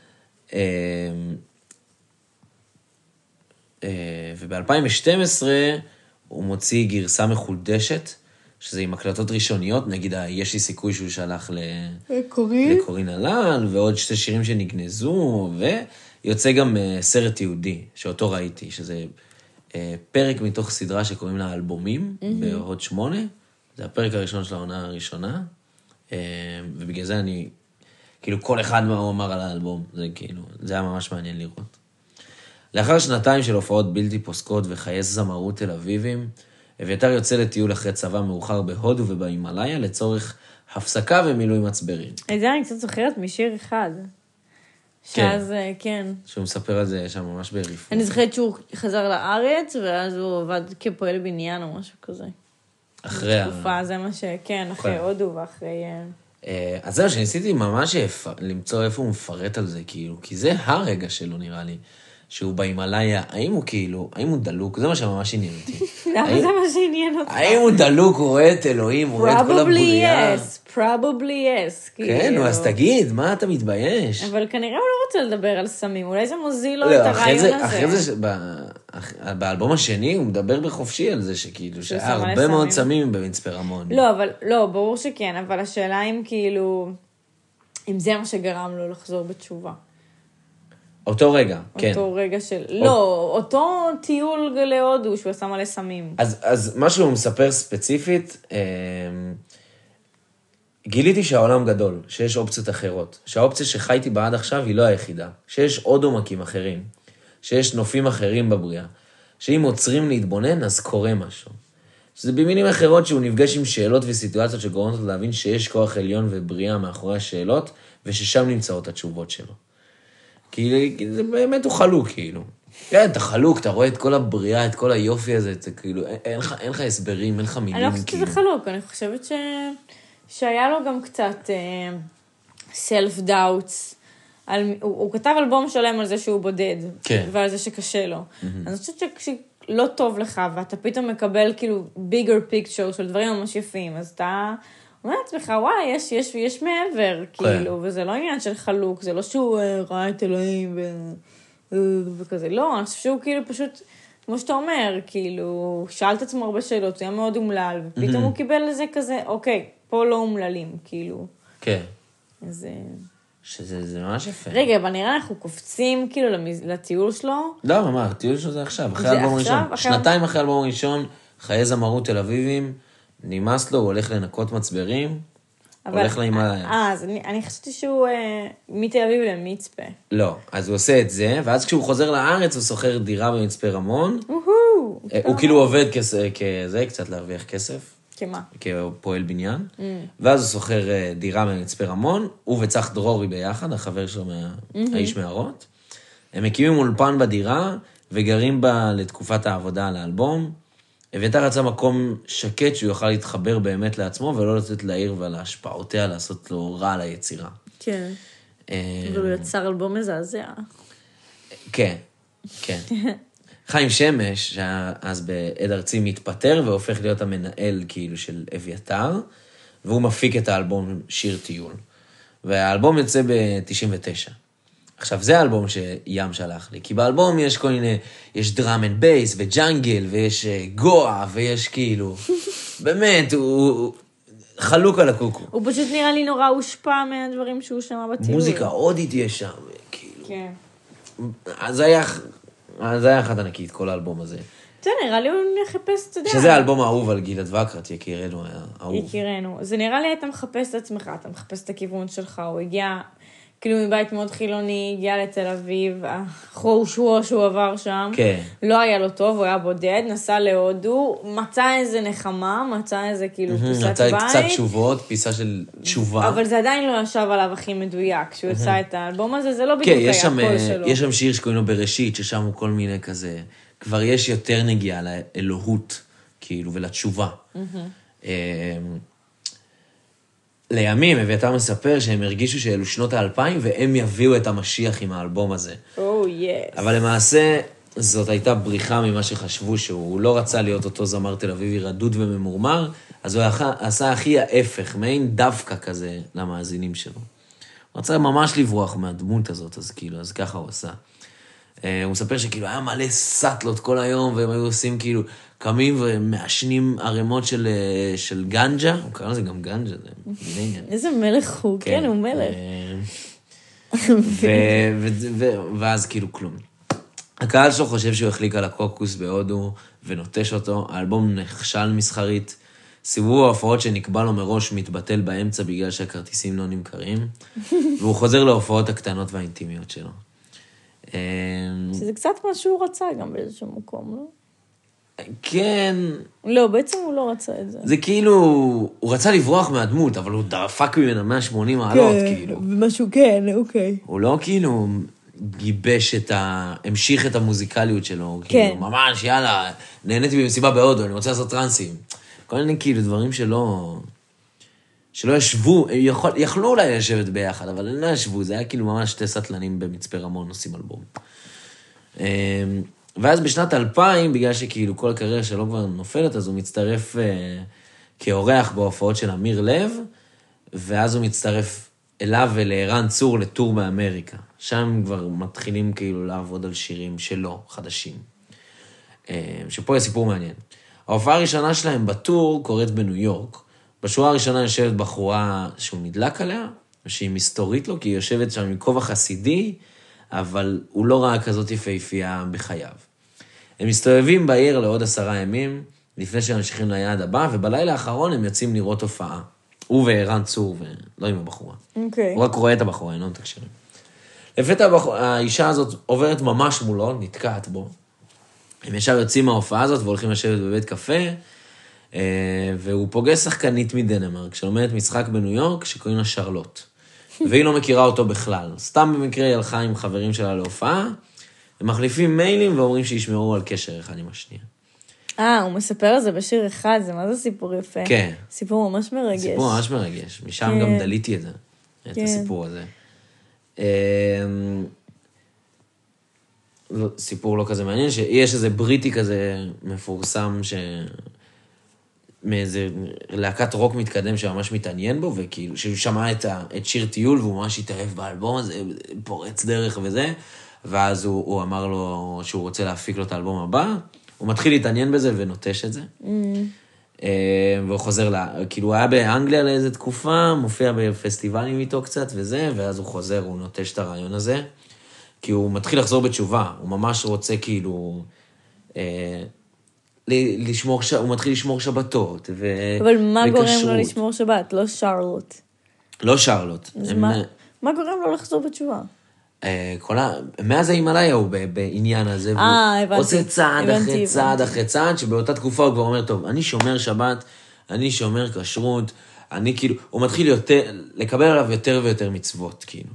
וב-2012 הוא מוציא גרסה מחודשת, שזה עם הקלטות ראשוניות, נגיד, יש לי סיכוי שהוא שלח לקורין הלל, ועוד 2 שירים שנגנזו, ויוצא גם סרט יהודי, שאותו ראיתי, שזה פרק מתוך סדרה שקוראים לה אלבומים, בהוד 8, זה הפרק הראשון של העונה הראשונה, ובגלל זה אני, כאילו, כל אחד מה הוא אמר על האלבום, זה כאילו, זה היה ממש מעניין לראות. לאחר 2 של הופעות בלתי פוסקות וחיי זמרות תל אביבים, אביתר יוצא לטיול אחרי צבא מאוחר בהודו ובהימאליה, לצורך הפסקה ומילוי מצברים. את זה אני קצת זוכרת משיר אחד. שאז, כן. שהוא מספר על זה שם ממש בעריפות. אני זוכרת שהוא חזר לארץ, ואז הוא עבד כפועל בניין או משהו כזה. אחרי בתקופה, זה מה כן, אחרי הודו ואחרי... אז זהו, שניסיתי ממש למצוא איפה הוא מפרט על זה, כאילו, כי זה הרגע שלו נראה לי. שהוא בהימאליה, האם הוא כאילו, האם הוא דלוק? זה מה שממש עניין אותי. למה זה מה שעניין אותך? האם הוא דלוק, הוא רואה את אלוהים, הוא רואה את כל הבריאה? probably yes. כן, אז תגיד, מה אתה מתבייש? אבל כנראה הוא לא רוצה לדבר על סמים, אולי זה מוזיל לו את הרעיון הזה. אחרי זה, באלבום השני הוא מדבר בחופשי על זה, שכאילו, שהיה הרבה מאוד סמים במצפה רמון. לא, ברור שכן, אבל השאלה אם כאילו, אם זה מה שגרם לו לחזור בתשובה. אותו רגע, כן. אותו רגע לא, אותו טיול להודו שהוא עשה מלא סמים. אז מה שהוא מספר ספציפית, גיליתי שהעולם גדול, שיש אופציות אחרות, שהאופציה שחייתי בה עד עכשיו היא לא היחידה, שיש עוד עומקים אחרים, שיש נופים אחרים בבריאה, שאם עוצרים להתבונן אז קורה משהו. שזה במילים אחרות שהוא נפגש עם שאלות וסיטואציות שגורמות לו להבין שיש כוח עליון ובריאה מאחורי השאלות, וששם נמצאות התשובות שלו. כי זה באמת הוא חלוק, כאילו. כן, אתה חלוק, אתה רואה את כל הבריאה, את כל היופי הזה, זה כאילו, אין לך הסברים, אין לך מילים, אני לא חושבת שזה חלוק, אני חושבת שהיה לו גם קצת self-doubts. הוא כתב אלבום שלם על זה שהוא בודד, ועל זה שקשה לו. אז אני חושבת שלא טוב לך, ואתה פתאום מקבל כאילו bigger picture של דברים ממש יפים, אז אתה אומר לעצמך, וואי, יש מעבר, כאילו, וזה לא עניין של חלוק, זה לא שהוא ראה את אלוהים וכזה, לא, אני חושב שהוא כאילו פשוט, כמו שאתה אומר, כאילו, שאל את עצמו הרבה שאלות, הוא היה מאוד אומלל, ופתאום הוא קיבל לזה כזה, אוקיי, פה לא אומללים, כאילו. כן. אז שזה ממש יפה. רגע, אבל נראה אנחנו קופצים כאילו לטיול שלו. לא, מה, הטיול שלו זה עכשיו, אחרי אלבום ראשון. שנתיים אחרי אלבום ראשון, חיי זמרות תל אביבים, נמאס לו, הוא הולך לנקות מצברים, הולך להימאליה. אז אני חשבתי שהוא מתל אביב למצפה. לא, אז הוא עושה את זה, ואז כשהוא חוזר לארץ, הוא שוכר דירה במצפה רמון. הוא כאילו עובד כזה, קצת להרוויח כסף. כמה? כפועל בניין. ואז הוא שוכר דירה במצפה רמון, הוא וצח דרורי ביחד, החבר שלו, האיש מערות. הם מקימים אולפן בדירה, וגרים בה לתקופת העבודה על האלבום. אביתר רצה מקום שקט שהוא יוכל להתחבר באמת לעצמו, ולא לתת לעיר ולהשפעותיה לעשות לו רע ליצירה. כן. אבל הוא יצר אלבום מזעזע. כן, כן. חיים שמש, שאז בעד ארצי מתפטר, והופך להיות המנהל כאילו של אביתר, והוא מפיק את האלבום שיר טיול. והאלבום יוצא ב-99. עכשיו, זה האלבום שים שלח לי, כי באלבום יש כל מיני, יש דראם אנד בייס וג'אנגל, ויש גואה, ויש כאילו, באמת, הוא חלוק על הקוקו. הוא פשוט נראה לי נורא הושפע מהדברים שהוא שמע בטיול. מוזיקה הודית יש שם, כאילו. כן. אז היה אחת ענקית, כל האלבום הזה. זה נראה לי הוא נחפש, אתה יודע. שזה האלבום האהוב על גלעד וקרת, יקירנו היה אהוב. יקירנו. זה נראה לי אתה מחפש את עצמך, אתה מחפש את הכיוון שלך, הוא הגיע כאילו מבית מאוד חילוני, הגיע לתל אביב, החושו שהוא עבר שם, כן. לא היה לו טוב, הוא היה בודד, נסע להודו, מצא איזה נחמה, מצא איזה כאילו פיסת בית. מצא קצת תשובות, פיסה של תשובה. אבל זה עדיין לא ישב עליו הכי מדויק, כשהוא יצא את האלבום הזה, זה לא בדיוק היה הקול שלו. יש שם שיר שקוראים לו בראשית, ששם הוא כל מיני כזה, כבר יש יותר נגיעה לאלוהות, כאילו, ולתשובה. לימים, אביתר מספר שהם הרגישו שאלו שנות ה-2000, והם יביאו את המשיח עם האלבום הזה. אבל למעשה, זאת הייתה בריחה ממה שחשבו, שהוא לא רצה להיות אותו זמר תל אביבי רדוד וממורמר, אז הוא עשה הכי ההפך, מעין דווקא כזה למאזינים שלו. הוא רצה ממש לברוח מהדמות הזאת, אז כאילו, אז ככה הוא עשה. הוא מספר שכאילו היה מלא סטלות כל היום, והם היו עושים כאילו, קמים ומעשנים ערימות של גנג'ה, הוא קרא לזה גם גנג'ה, זה עניין. איזה מלך הוא, כן, הוא מלך. ואז כאילו כלום. הקהל שלו חושב שהוא החליק על הקוקוס בהודו, ונוטש אותו, האלבום נכשל מסחרית, סיבוב ההופעות שנקבע לו מראש מתבטל באמצע, בגלל שהכרטיסים לא נמכרים, והוא חוזר להופעות הקטנות והאינטימיות שלו. שזה קצת מה שהוא רצה גם באיזשהו מקום, לא? כן. לא, בעצם הוא לא רצה את זה. זה כאילו, הוא רצה לברוח מהדמות, אבל הוא דפק ממנה 180 מעלות, כאילו. משהו כן, אוקיי. הוא לא כאילו גיבש המשיך את המוזיקליות שלו, כן. כאילו, ממש, יאללה, נהניתי במסיבה בהודו, אני רוצה לעשות טרנסים. כל מיני כאילו דברים שלא ישבו, יכלו אולי לשבת ביחד, אבל הם לא ישבו, זה היה כאילו ממש שתי סטלנים במצפה רמון עושים אלבום. ואז בשנת 2000, בגלל שכאילו כל הקריירה שלו כבר נופלת, אז הוא מצטרף כאורח בהופעות של אמיר לב, ואז הוא מצטרף אליו ולערן צור לטור באמריקה. שם כבר מתחילים כאילו לעבוד על שירים שלו, חדשים. שפה יש סיפור מעניין. ההופעה הראשונה שלהם בטור קורית בניו יורק. בשורה הראשונה יושבת בחורה שהוא נדלק עליה, שהיא מסתורית לו, כי היא יושבת שם עם כובע חסידי, אבל הוא לא ראה כזאת יפהפייה בחייו. הם מסתובבים בעיר לעוד 10 ימים, לפני שהם ממשיכים ליעד הבא, ובלילה האחרון הם יוצאים לראות הופעה. הוא וערן צור, ולא עם הבחורה. אוקיי. הוא רק רואה את הבחורה, אינו מתקשרים. לפתע האישה הזאת עוברת ממש מולו, נתקעת בו. הם ישר יוצאים מההופעה הזאת והולכים לשבת בבית קפה, והוא פוגש שחקנית מדנמרק, שלומדת משחק בניו יורק, שקוראים לה שרלוט. והיא לא מכירה אותו בכלל. סתם במקרה היא הלכה עם חברים שלה להופעה, הם מחליפים מיילים ואומרים שישמרו על קשר אחד עם השנייה. הוא מספר על זה בשיר אחד, זה מה זה סיפור יפה? כן. סיפור ממש מרגש. סיפור ממש מרגש. משם גם דליתי את זה, את הסיפור הזה. סיפור לא כזה מעניין, שיש איזה בריטי כזה מפורסם מאיזה להקת רוק מתקדם שממש מתעניין בו, וכאילו, שהוא שמע את שיר טיול, והוא ממש התאהב באלבום הזה, פורץ דרך וזה, ואז הוא אמר לו שהוא רוצה להפיק לו את האלבום הבא, הוא מתחיל להתעניין בזה ונוטש את זה, והוא חוזר, כאילו הוא היה באנגליה לאיזו תקופה, מופיע בפסטיבלים איתו קצת וזה, ואז הוא חוזר, הוא נוטש את הרעיון הזה, כי הוא מתחיל לחזור בתשובה, הוא ממש רוצה כאילו לשמור, הוא מתחיל לשמור שבתות. אבל מה גורם לו לשמור שבת? לא שרלוט. לא שרלוט. אז מה גורם לו לחזור בתשובה? מאז ההימאליה הוא בעניין הזה, והוא עושה צעד אחרי צעד אחרי צעד, שבאותה תקופה הוא כבר אומר, טוב, אני שומר שבת, אני שומר כשרות, אני כאילו, הוא מתחיל לקבל עליו יותר ויותר מצוות, כאילו.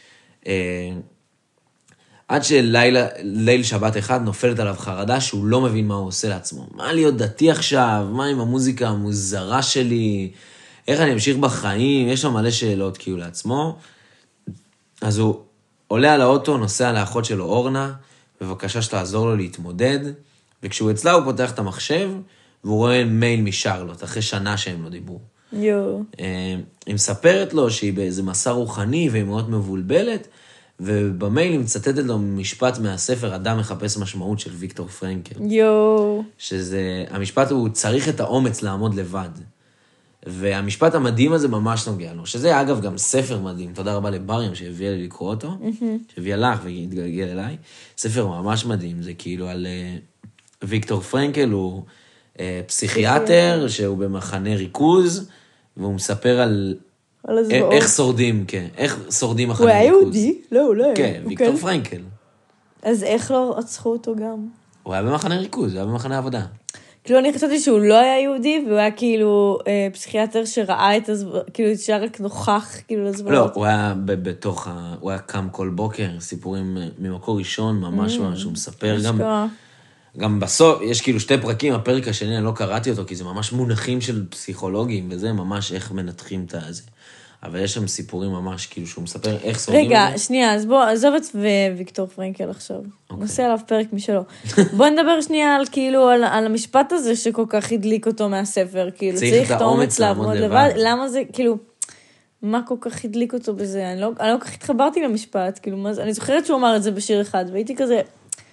עד שליל שבת אחד נופלת עליו חרדה שהוא לא מבין מה הוא עושה לעצמו. מה להיות דתי עכשיו? מה עם המוזיקה המוזרה שלי? איך אני אמשיך בחיים? יש לו מלא שאלות כאילו לעצמו. אז הוא עולה על האוטו, נוסע לאחות שלו אורנה, בבקשה שתעזור לו להתמודד, וכשהוא אצלה הוא פותח את המחשב, והוא רואה מייל משרלוט, אחרי שנה שהם לא דיברו. היא מספרת לו שהיא באיזה מסע רוחני, והיא מאוד מבולבלת, ובמייל היא מצטטת לו משפט מהספר, אדם מחפש משמעות של ויקטור פרנקל. שזה, המשפט הוא צריך את האומץ לעמוד לבד. והמשפט המדהים הזה ממש נוגע לו, שזה אגב גם ספר מדהים, תודה רבה לבריאם שהביאה לי לקרוא אותו, שהביאה לך והתגלגל אליי, ספר ממש מדהים, זה כאילו על ויקטור פרנקל, הוא פסיכיאטר שהוא במחנה ריכוז, והוא מספר על איך שורדים, כן, איך שורדים מחנה ריכוז. הוא היה יהודי? לא, אולי. כן, ויקטור פרנקל. אז איך לא רצחו אותו גם? הוא היה במחנה ריכוז, הוא היה במחנה עבודה. כאילו, אני חשבתי שהוא לא היה יהודי, והוא היה כאילו פסיכיאטר שראה את כאילו, שהיה רק נוכח, כאילו, לזוועות. לא, הוא היה בתוך, הוא היה קם כל בוקר, סיפורים ממקור ראשון, ממש ממש, הוא מספר גם בסוף, יש כאילו 2 פרקים, הפרק השני, אני לא קראתי אותו, כי זה ממש מונחים של פסיכולוגים, וזה ממש איך מנתחים את זה. אבל יש שם סיפורים ממש, כאילו, שהוא מספר איך שורדים. רגע, שנייה, אז בוא, עזוב את ויקטור פרנקל עכשיו. נעשה עליו פרק משלו. בוא נדבר שנייה על, כאילו, על המשפט הזה שכל כך הדליק אותו מהספר, כאילו, צריך את האומץ לעמוד לבד. למה זה, כאילו, מה כל כך הדליק אותו בזה? אני לא כל כך התחברתי למשפט, כאילו, אני זוכרת שהוא אמר את זה בשיר אחד, והייתי כזה,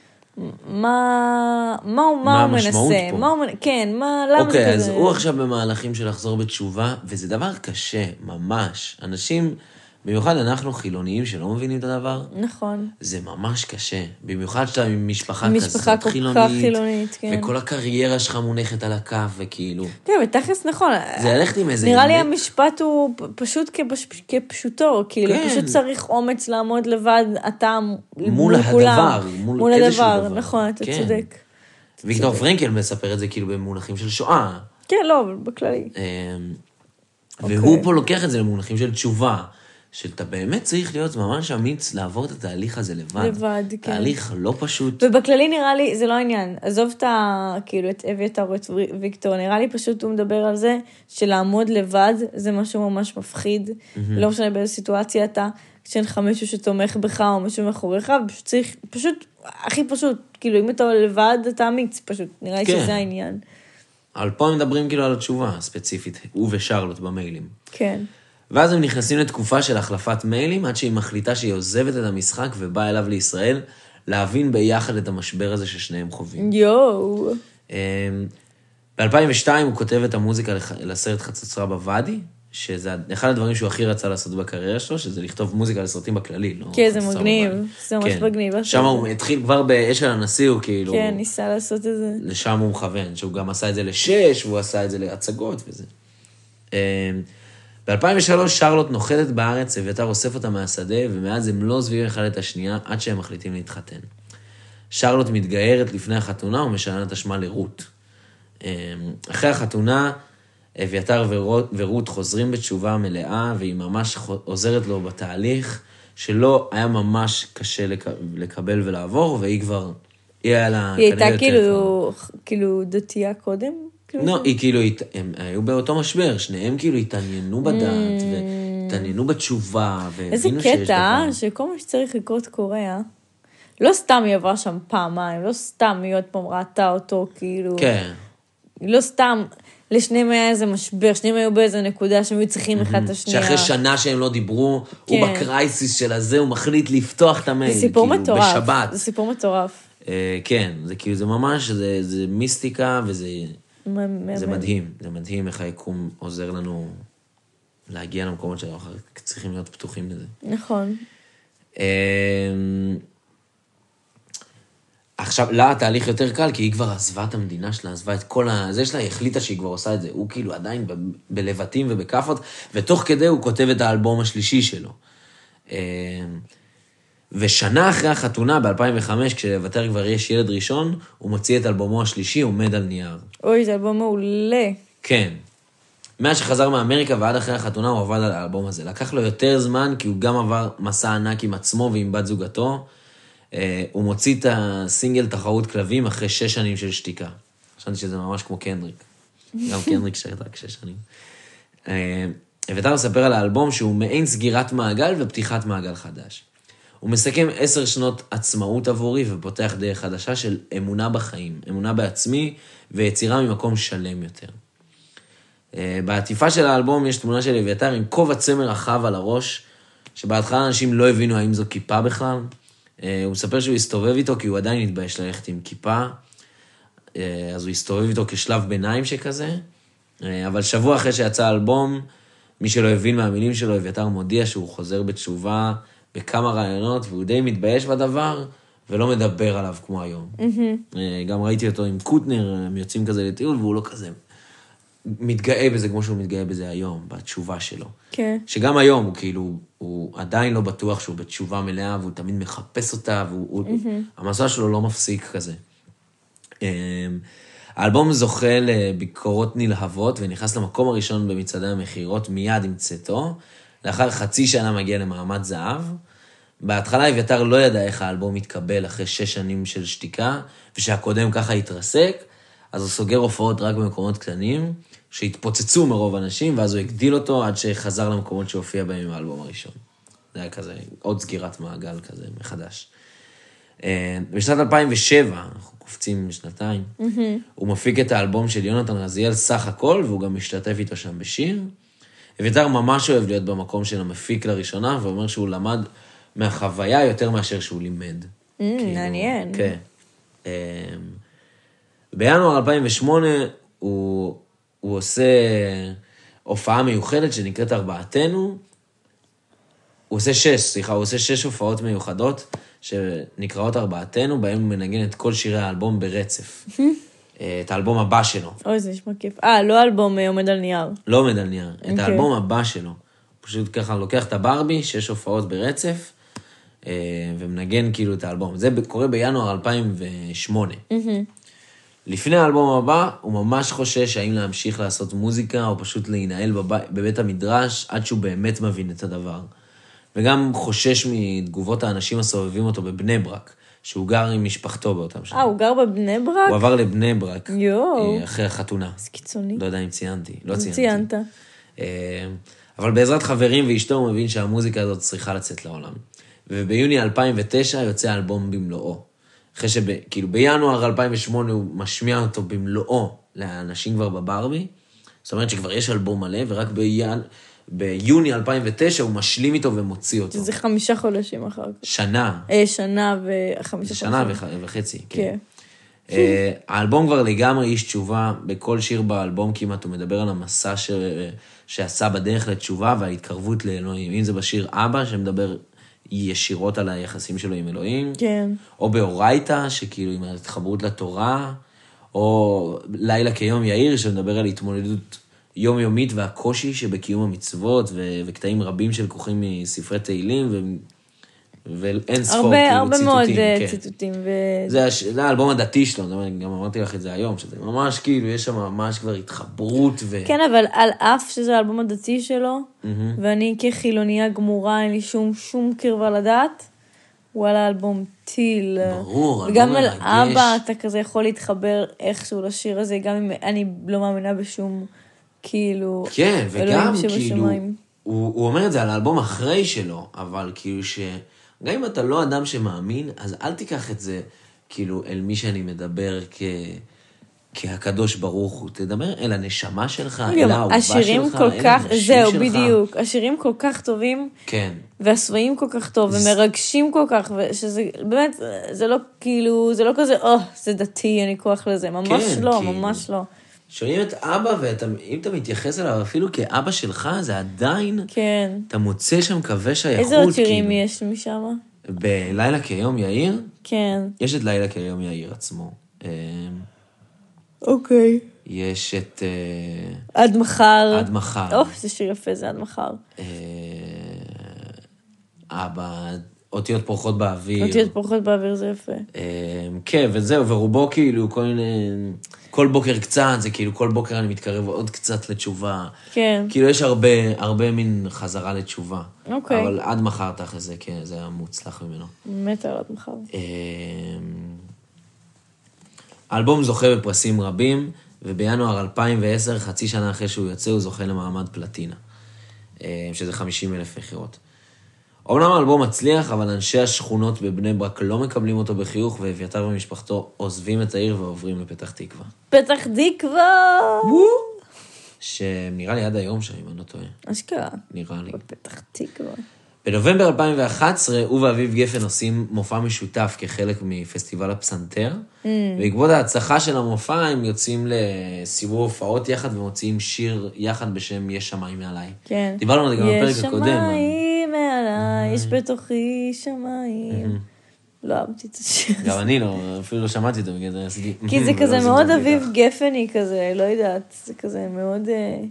מה הוא מנסה? כן, למה זה כזה? אז הוא עכשיו במהלכים של לחזור בתשובה, וזה דבר קשה, ממש. אנשים, במיוחד אנחנו חילוניים שלא מבינים את הדבר. נכון. זה ממש קשה. במיוחד שאתה עם משפחה כזאת חילונית, כן. וכל הקריירה שלך מונחת על הכף, וכאילו. כן, ותכלס נכון. זה ללכת עם איזה... נראה לי המשפט הוא פשוט כפשוטו, כאילו, פשוט צריך אומץ לעמוד לבד, אתה מול הדבר, מול הדבר, נכון, אתה צודק. ויקטור פרנקל מספר את זה כאילו במונחים של שואה. כן, לא, בכללי. והוא פה לוקח את זה למונחים של תשובה, שאתה באמת צריך להיות ממש אמיץ לעבור את התהליך הזה לבד. כן. תהליך לא פשוט. ובכללי נראה לי, זה לא העניין. עזוב כאילו, את אביתר או את ויקטור, נראה לי פשוט הוא מדבר על זה, שלעמוד לבד זה משהו ממש מפחיד. לא משנה באיזו סיטואציה אתה. כשאין לך מישהו שתומך בך או מישהו מאחוריך, ופשוט צריך, פשוט, הכי פשוט, כאילו, אם אתה לבד, אתה אמיץ, פשוט, נראה לי שזה העניין. אבל פה מדברים כאילו על התשובה הספציפית, הוא ושרלוט במיילים. כן. ואז הם נכנסים לתקופה של החלפת מיילים, עד שהיא מחליטה שהיא עוזבת את המשחק ובאה אליו לישראל, להבין ביחד את המשבר הזה ששניהם חווים. יואו. ב-2002 הוא כותב את המוזיקה לסרט חצוצרה בוואדי, שזה אחד הדברים שהוא הכי רצה לעשות בקריירה שלו, שזה לכתוב מוזיקה לסרטים בכללי, לא? כן, זה מגניב, זה ממש מגניב. שם הוא התחיל כבר באש על הנשיא, הוא כאילו... כן, ניסה לעשות את זה. לשם הוא מכוון, שהוא גם עשה את זה ל6, והוא עשה את זה להצגות וזה. ב-2003 שרלוט נוחתת בארץ, אביתר אוסף אותה מהשדה, ומאז הם לא עוזבים אחד את השנייה, עד שהם מחליטים להתחתן. שרלוט מתגיירת לפני החתונה, ומשנה את השמה לרות. אחרי החתונה, אביתר ורות חוזרים בתשובה מלאה, והיא ממש עוזרת לו בתהליך, שלא היה ממש קשה לקבל ולעבור, והיא כבר, היא היה לה... היא הייתה כאילו דתייה קודם? לא, היא כאילו, הם היו באותו משבר, שניהם כאילו התעניינו בדת, והתעניינו בתשובה, והבינו שיש דבר. איזה קטע, שכל מה שצריך לקרות קוריאה, לא סתם היא עברה שם פעמיים, לא סתם היא עוד פעם ראתה אותו, כאילו... כן. לא סתם, לשניהם היה איזה משבר, שניהם היו באיזה נקודה שהם היו צריכים אחד את השנייה. שאחרי שנה שהם לא דיברו, הוא בקרייסיס של הזה, הוא מחליט לפתוח את המייל. זה סיפור מטורף. בשבת. זה סיפור מטורף. כן, זה כאילו, זה ממש, זה מיסטיקה, וזה... זה מדהים, זה מדהים איך היקום עוזר לנו להגיע למקומות שאנחנו צריכים להיות פתוחים לזה. נכון. עכשיו, לה התהליך יותר קל, כי היא כבר עזבה את המדינה שלה, עזבה את כל זה שלה, היא החליטה שהיא כבר עושה את זה. הוא כאילו עדיין בלבטים ובכפות, ותוך כדי הוא כותב את האלבום השלישי שלו. ושנה אחרי החתונה, ב-2005, כשלוותר כבר יש ילד ראשון, הוא מוציא את אלבומו השלישי, עומד על נייר. אוי, זה אלבום מעולה. כן. מאז שחזר מאמריקה ועד אחרי החתונה, הוא עבד על האלבום הזה. לקח לו יותר זמן, כי הוא גם עבר מסע ענק עם עצמו ועם בת זוגתו. הוא מוציא את הסינגל תחרות כלבים אחרי 6 שנים של שתיקה. חשבתי שזה ממש כמו קנדריק. גם קנדריק שרת רק 6 שנים. אביתר מספר על האלבום שהוא מעין סגירת מעגל ופתיחת מעגל חדש. הוא מסכם 10 שנות עצמאות עבורי ופותח דרך חדשה של אמונה בחיים, אמונה בעצמי ויצירה ממקום שלם יותר. בעטיפה של האלבום יש תמונה של אביתר עם כובע צמר רחב על הראש, שבהתחלה אנשים לא הבינו האם זו כיפה בכלל. הוא מספר שהוא הסתובב איתו כי הוא עדיין התבייש ללכת עם כיפה, אז הוא הסתובב איתו כשלב ביניים שכזה, אבל שבוע אחרי שיצא האלבום, מי שלא הבין מהמילים שלו, אביתר מודיע שהוא חוזר בתשובה בכמה רעיונות, והוא די מתבייש בדבר, ולא מדבר עליו כמו היום. גם ראיתי אותו עם קוטנר, הם יוצאים כזה לטיול, והוא לא כזה מתגאה בזה כמו שהוא מתגאה בזה היום, בתשובה שלו. כן. שגם היום הוא כאילו, הוא עדיין לא בטוח שהוא בתשובה מלאה, והוא תמיד מחפש אותה, המסע שלו לא מפסיק כזה. האלבום זוכה לביקורות נלהבות, ונכנס למקום הראשון במצעדי המחירות מיד עם צאתו, לאחר חצי שנה מגיע למעמד זהב. בהתחלה אביתר לא ידע איך האלבום מתקבל אחרי 6 שנים של שתיקה, ושהקודם ככה התרסק, אז הוא סוגר הופעות רק במקומות קטנים, שהתפוצצו מרוב אנשים, ואז הוא הגדיל אותו עד שחזר למקומות שהופיע בהם עם האלבום הראשון. זה היה כזה, עוד סגירת מעגל כזה מחדש. בשנת 2007, אנחנו קופצים שנתיים, הוא מפיק את האלבום של יונתן רזיאל סך הכל, והוא גם משתתף איתו שם בשיר. אביתר ממש אוהב להיות במקום של המפיק לראשונה, ואומר שהוא למד מהחוויה יותר מאשר שהוא לימד. מעניין. כן. בינואר 2008 הוא עושה הופעה מיוחדת שנקראת ארבעתנו. הוא עושה 6 הופעות מיוחדות שנקראות ארבעתנו, בהם הוא מנגן את כל שירי האלבום ברצף. את האלבום הבא שלו. אוי, זה נשמע כיף. לא אלבום עומד על נייר. לא עומד על נייר, את האלבום הבא שלו. פשוט ככה לוקח את הברבי, 6 הופעות ברצף, ומנגן כאילו את האלבום. זה קורה בינואר 2008. לפני האלבום הבא, הוא ממש חושש האם להמשיך לעשות מוזיקה, או פשוט להינעל בבית המדרש, עד שהוא באמת מבין את הדבר. וגם חושש מתגובות האנשים הסובבים אותו בבני ברק, שהוא גר עם משפחתו באותם שנים. הוא גר בבני ברק? הוא עבר לבני ברק. יואו. אחרי החתונה. זה קיצוני. לא יודע אם ציינתי. לא ציינתי. ציינת. אבל בעזרת חברים ואשתו הוא מבין שהמוזיקה הזאת צריכה לצאת לעולם. וביוני 2009 יוצא האלבום במלואו. אחרי כאילו בינואר 2008 הוא משמיע אותו במלואו לאנשים כבר בברבי, זאת אומרת שכבר יש אלבום מלא, ורק ביוני 2009 הוא משלים איתו ומוציא אותו. שזה 5 חודשים אחר כך. שנה. שנה ו5 שנה וחצי, כן. האלבום כבר לגמרי איש תשובה, בכל שיר באלבום כמעט הוא מדבר על המסע שעשה בדרך לתשובה וההתקרבות לאלוהים. אם זה בשיר אבא שמדבר ישירות על היחסים שלו עם אלוהים, כן. או באורייתא שכאילו עם ההתחברות לתורה, או לילה כיום יאיר שמדבר על התמודדות יומיומית והקושי שבקיום המצוות וקטעים רבים שלקוחים מספרי תהילים ואין ספור, כאילו, הרבה מאוד ציטוטים. זה האלבום הדתי שלו, גם אמרתי לך את זה היום, שזה ממש כאילו, יש שם ממש כבר התחברות כן, אבל על אף שזה האלבום הדתי שלו, ואני כחילוניה גמורה, אין לי שום קרבה לדעת, הוא על האלבום טיל. ברור, וגם על אבא אתה כזה יכול להתחבר איכשהו לשיר הזה, גם אם אני לא מאמינה בשום, כאילו, כן, וגם כאילו, הוא אומר את זה על האלבום אחרי שלו, אבל כאילו גם אם אתה לא אדם שמאמין, אז אל תיקח את זה כאילו אל מי שאני מדבר כהקדוש ברוך הוא. תדבר אל הנשמה שלך, אל האהובה שלך, אל האנשים שלך. זהו, בדיוק. השירים כל כך טובים. כן. והסבעים כל כך טוב, ומרגשים כל כך, ושזה באמת, זה לא כאילו, זה לא כזה, זה דתי, אין לי כוח לזה. ממש לא, ממש לא. שומעים את אבא, ואם אתה מתייחס אליו אפילו כאבא שלך, זה עדיין, כן. אתה מוצא שם קווי שייכות. איזה עוד שירים יש משם? בלילה כיום יאיר? כן. יש את לילה כיום יאיר עצמו. אוקיי. יש את... עד מחר. עד מחר. זה שיר יפה, זה עד מחר. אבא, אותיות פורחות באוויר. אותיות פורחות באוויר זה יפה. כן, וזהו, ורובו כאילו כל בוקר קצת, זה כאילו כל בוקר אני מתקרב עוד קצת לתשובה. כן. כאילו יש הרבה מין חזרה לתשובה. אוקיי. אבל עד מחר תחת זה, כן, זה היה מוצלח ממנו. באמת על עד מחר. האלבום זוכה בפרסים רבים, ובינואר 2010, חצי שנה אחרי שהוא יוצא, הוא זוכה למעמד פלטינה, שזה 50,000 מחירות. אומנם האלבום מצליח, אבל אנשי השכונות בבני ברק לא מקבלים אותו בחיוך, ואביתר ומשפחתו עוזבים את העיר ועוברים לפתח תקווה. פתח תקווה! שנראה לי עד היום שם, אם אני לא טועה. אשכרה. נראה לי. בפתח תקווה. בנובמבר 2011, הוא ואביב גפן עושים מופע משותף כחלק מפסטיבל הפסנתר, ובעקבות ההצלחה של המופע הם יוצאים לסיבוב הופעות יחד ומוציאים שיר יחד בשם יש שמיים מעליי. כן. דיברנו על זה גם בפרק הקודם. יש שמיים מעליי, יש בתוכי שמיים. לא אהבתי את השיר. גם אני לא, אפילו לא שמעתי אותו בגלל זה. כי זה כזה מאוד אביב גפני כזה, לא יודעת, זה כזה מאוד...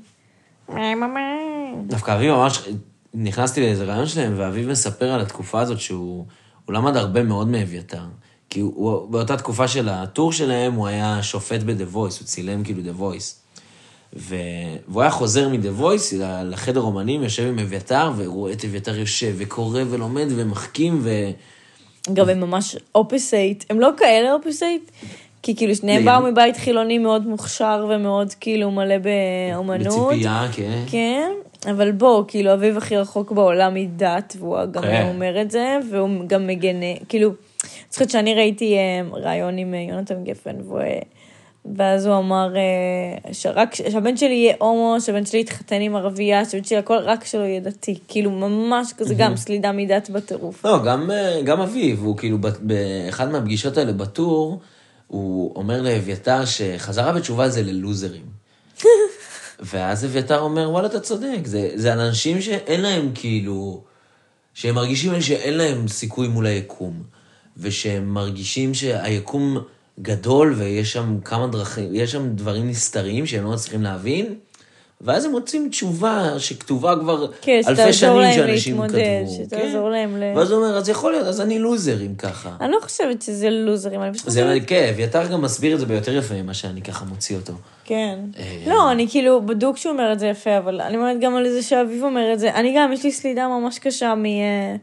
דווקא אביב ממש... נכנסתי לאיזה רעיון שלהם, ואביב מספר על התקופה הזאת שהוא למד הרבה מאוד מאביתר. כי באותה תקופה של הטור שלהם, הוא היה שופט ב-The Voice, הוא צילם כאילו The Voice. והוא היה חוזר מ-The Voice לחדר אומנים, יושב עם אביתר, והוא רואה את אביתר יושב וקורא ולומד ומחכים גם הם ממש אופסייט. הם לא כאלה אופסייט, כי כאילו שניהם באו מבית חילוני מאוד מוכשר ומאוד כאילו מלא באומנות. בציפייה, כן. כן. אבל בוא, כאילו, אביב הכי רחוק בעולם מדת, והוא גם אומר את זה, והוא גם מגנה, כאילו, צריכת שאני ראיתי רעיון עם יונתן גפן, ואז הוא אמר, שהבן שלי יהיה הומו, שהבן שלי יתחתן עם ערבייה, שהבן שלי הכל רק שלו יהיה דתי, כאילו, ממש כזה גם סלידה מדת בטירוף. לא, גם אביב, הוא כאילו, באחד מהפגישות האלה בטור, הוא אומר לאביתר שחזרה בתשובה זה ללוזרים. ואז אביתר אומר, וואלה, אתה צודק, זה אנשים שאין להם כאילו, שהם מרגישים שאין להם סיכוי מול היקום, ושהם מרגישים שהיקום גדול, ויש שם כמה דרכים, יש שם דברים נסתרים שהם לא מצליחים להבין, ואז הם מוצאים תשובה שכתובה כבר אלפי שנים שאנשים כתבו. שתעזור להם ואז הוא אומר, אז יכול להיות, אז אני לוזרים ככה. אני לא חושבת שזה לוזרים, אני פשוט... כן, אביתר גם מסביר את זה ביותר יפה, מה שאני ככה מוציא אותו. כן. לא, אני כאילו, בדוק שהוא אומר את זה יפה, אבל אני אומרת גם על זה שאביב אומר את זה. אני גם, יש לי סלידה ממש קשה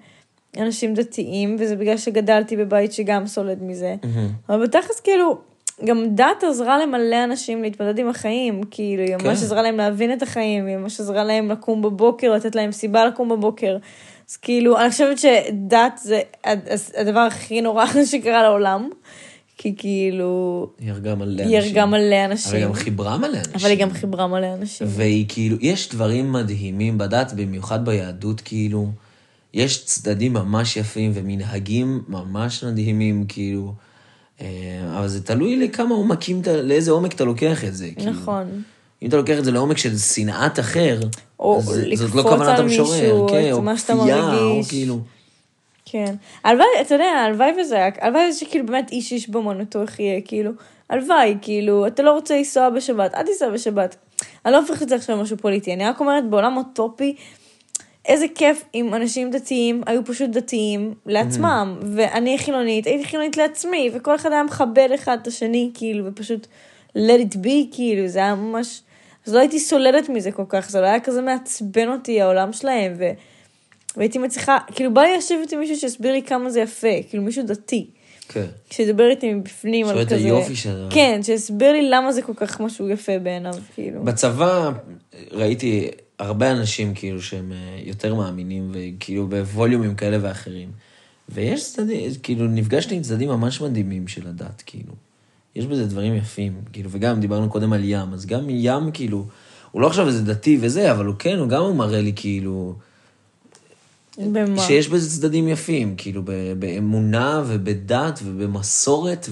מאנשים דתיים, וזה בגלל שגדלתי בבית שגם סולד מזה. אבל בתכלס כאילו, גם דת עזרה למלא אנשים להתמודד עם החיים, כאילו, היא ממש עזרה להם להבין את החיים, היא ממש עזרה להם לקום בבוקר, לתת להם סיבה לקום בבוקר. אז כאילו, אני חושבת שדת זה הדבר הכי נורא שקרה לעולם, כי כאילו... היא הרגה מלא אנשים. היא הרגה מלא אנשים. אבל היא גם חיברה מלא אנשים. אבל היא גם חיברה מלא אנשים. והיא כאילו, יש דברים מדהימים בדת, במיוחד ביהדות, כאילו, יש צדדים ממש יפים ומנהגים ממש מדהימים, כאילו, אבל זה תלוי לכמה עומקים, לאיזה עומק אתה לוקח את זה. נכון. כאילו. אם אתה לוקח את זה לעומק של שנאת אחר, או לקפוץ על מישהו, את מה שאתה מרגיש. כאילו. כן. הלוואי, אתה יודע, הלוואי וזה, הלוואי שכאילו באמת איש באמנותו יחיה, כאילו, הלוואי, כאילו, אתה לא רוצה לנסוע בשבת, אל תיסע בשבת. אני לא הופכת את זה עכשיו משהו פוליטי, אני רק אומרת, בעולם אוטופי, איזה כיף אם אנשים דתיים היו פשוט דתיים לעצמם, ואני חילונית, הייתי חילונית לעצמי, וכל אחד היה מכבד אחד את השני, כאילו, ופשוט let it be, כאילו, זה היה ממש, אז לא הייתי סולדת מזה כל כך, זה לא היה כזה מעצבן אותי, העולם שלהם, והייתי מצליחה, כאילו, בא לי לשבת עם מישהו שהסביר לי כמה זה יפה, כאילו, מישהו דתי. כן. שידבר איתי מבפנים על כזה. היופי של... כן, שהסביר לי למה זה כל כך משהו יפה בעיניו, כאילו. בצבא ראיתי הרבה אנשים, כאילו, שהם יותר מאמינים, וכאילו, בווליומים כאלה ואחרים. ויש צדדים, כאילו, נפגשתי עם צדדים ממש מדהימים של הדת, כאילו. יש בזה דברים יפים, כאילו, וגם דיברנו קודם על ים, אז גם ים, כאילו, הוא לא עכשיו איזה דתי וזה, אבל הוא כן, הוא מראה לי, כאילו, במה? שיש בזה צדדים יפים, כאילו, באמונה ובדת ובמסורת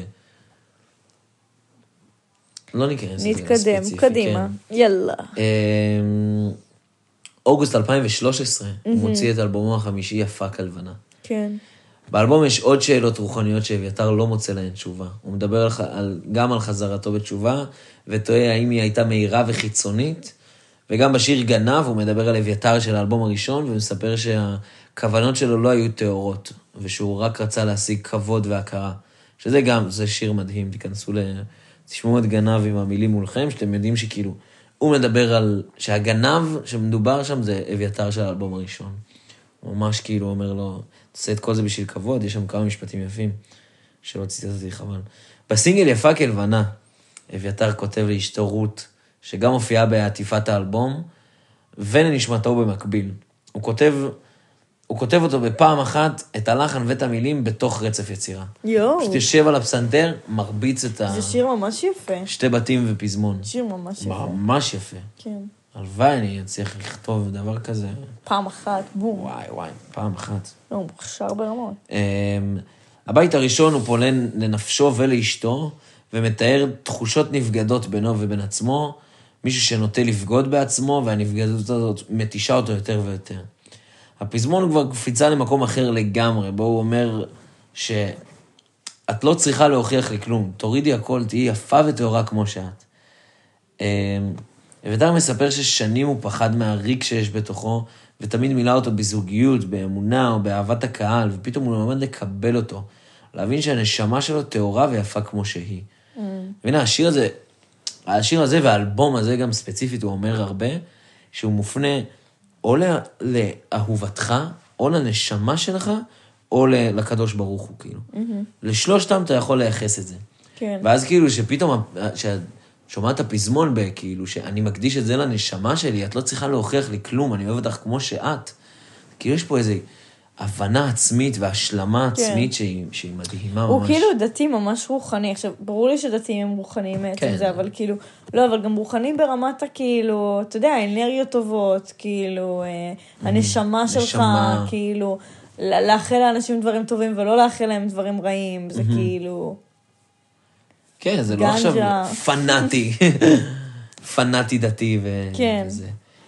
לא ניכנס לזה נתקדם, קדימה, כן. יאללה. אוגוסט 2013, הוא מוציא את אלבומו החמישי, יפה כלבנה. כן. באלבום יש עוד שאלות רוחניות שאביתר לא מוצא להן תשובה. הוא מדבר גם על חזרתו בתשובה, ותוהה האם היא הייתה מהירה וחיצונית, וגם בשיר גנב הוא מדבר על אביתר של האלבום הראשון, ומספר שהכוונות שלו לא היו תיאורות, ושהוא רק רצה להשיג כבוד והכרה. שזה גם, זה שיר מדהים, תיכנסו תשמעו את גנב עם המילים מולכם, שאתם יודעים שכאילו, הוא מדבר על שהגנב שמדובר שם זה אביתר של האלבום הראשון. הוא ממש כאילו אומר לו, תעשה את כל זה בשביל כבוד, יש שם כמה משפטים יפים, שלא ציטטתי חבל. בסינגל יפה כלבנה, אביתר כותב לאשתו רות, שגם הופיעה בעטיפת האלבום, ולנשמתו במקביל. הוא כותב אותו בפעם אחת, את הלחן ואת המילים, בתוך רצף יצירה. שתשב על הפסנתר, מרביץ את זה שיר ממש יפה. שתי בתים ופזמון. שיר ממש יפה. ממש יפה. כן. הלוואי, אני אצליח לכתוב דבר כזה. פעם אחת, בום. וואי, פעם אחת. לא, הוא מוכשר ברמות. הבית הראשון הוא פונה לנפשו ולאשתו, ומתאר תחושות נבגדות בינו ובין עצמו, מישהו שנוטה לבגוד בעצמו, והנבגדות הזאת מתישה אותו יותר ויותר. הפזמון הוא כבר קפיצה למקום אחר לגמרי, בו הוא אומר שאת לא צריכה להוכיח לי כלום, תורידי הכל, תהיי יפה וטהורה כמו שאת. אביתר מספר ששנים הוא פחד מהריק שיש בתוכו, ותמיד מילא אותו בזוגיות, באמונה או באהבת הקהל, ופתאום הוא למד לקבל אותו, להבין שהנשמה שלו טהורה ויפה כמו שהיא. והנה, השיר הזה והאלבום הזה גם ספציפית, הוא אומר הרבה, שהוא מופנה או לאהובתך, או לנשמה שלך, או לקדוש ברוך הוא, כאילו. לשלושתם אתה יכול לייחס את זה. כן. ואז כאילו שפתאום, שומעת הפזמון כאילו שאני מקדיש את זה לנשמה שלי, את לא צריכה להוכיח לי כלום, אני אוהב אותך כמו שאת. כאילו יש פה איזו הבנה עצמית והשלמה עצמית שהיא מדהימה ממש. הוא כאילו דתי ממש רוחני. עכשיו, ברור לי שדתיים הם רוחניים מעצם זה, אבל כאילו, לא, אבל גם רוחניים ברמת כאילו, אתה יודע, אנרגיות טובות, כאילו, הנשמה שלך, כאילו, לאחל לאנשים דברים טובים ולא לאחל להם דברים רעים, זה כאילו... כן, זה לא עכשיו פנאטי, פנאטי דתי וזה.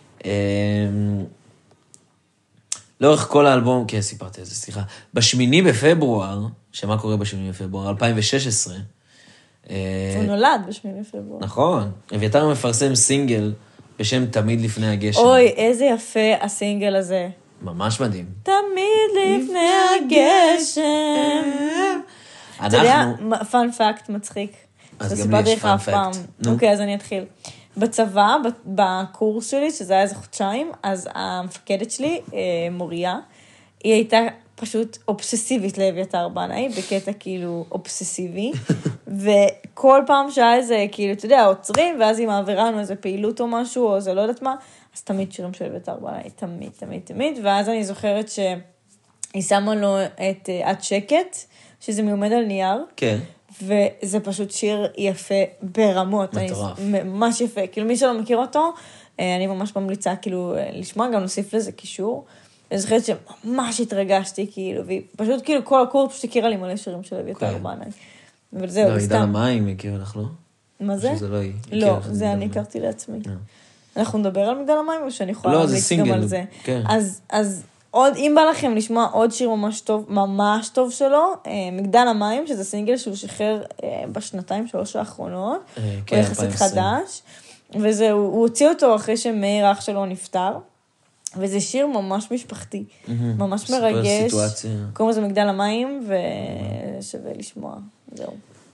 לאורך כל האלבום, כן, סיפרתי את זה, סליחה. בשמיני בפברואר, שמה קורה בשמיני בפברואר? 2016. הוא נולד בשמיני בפברואר. נכון. אביתר מפרסם סינגל בשם תמיד לפני הגשם. אוי, איזה יפה הסינגל הזה. ממש מדהים. תמיד לפני הגשם. אתה יודע, פאנ פאקט מצחיק. אז גם לי יש פאנ פאקט. אוקיי, אז אני אתחיל. בצבא, בקורס שלי, שזה היה איזה חודשיים, אז המפקדת שלי, מוריה, היא הייתה פשוט אובססיבית לאביתר בנאי, בקטע כאילו אובססיבי, וכל פעם שהיה איזה, כאילו, אתה יודע, עוצרים, ואז היא מעבירה לנו איזה פעילות או משהו, או זה לא יודעת מה, אז תמיד שירים של אביתר בנאי, תמיד, תמיד, תמיד, ואז אני זוכרת שהיא שמה לו את עד שקט, שזה מיומד על נייר, כן. וזה פשוט שיר יפה ברמות. מטורף. ממש יפה. כאילו מי שלא מכיר אותו, אני ממש ממליצה כאילו לשמוע, גם נוסיף לזה קישור. אני זוכרת שממש התרגשתי כאילו, והיא פשוט כאילו כל הקורס פשוט הכירה לי מלא שירים של אביתר בנאי. אבל זהו, לא, עידן המים הכיר לך, לא? מה זה? שזה לא היא. לא, זה אני הכרתי לעצמי. אנחנו נדבר על מגדל המים, או שאני יכולה להמליץ גם על זה? כן. אז עוד, אם בא לכם לשמוע עוד שיר ממש טוב שלו, מגדל המים, שזה סינגל שהוא שחרר בשנתיים, 3 האחרונות, הוא יחסית חדש, וזהו, הוא הוציא אותו אחרי שמאיר אח שלו נפטר, וזה שיר ממש משפחתי, ממש מרגש, קוראים לזה מגדל המים, ושווה לשמוע, זהו.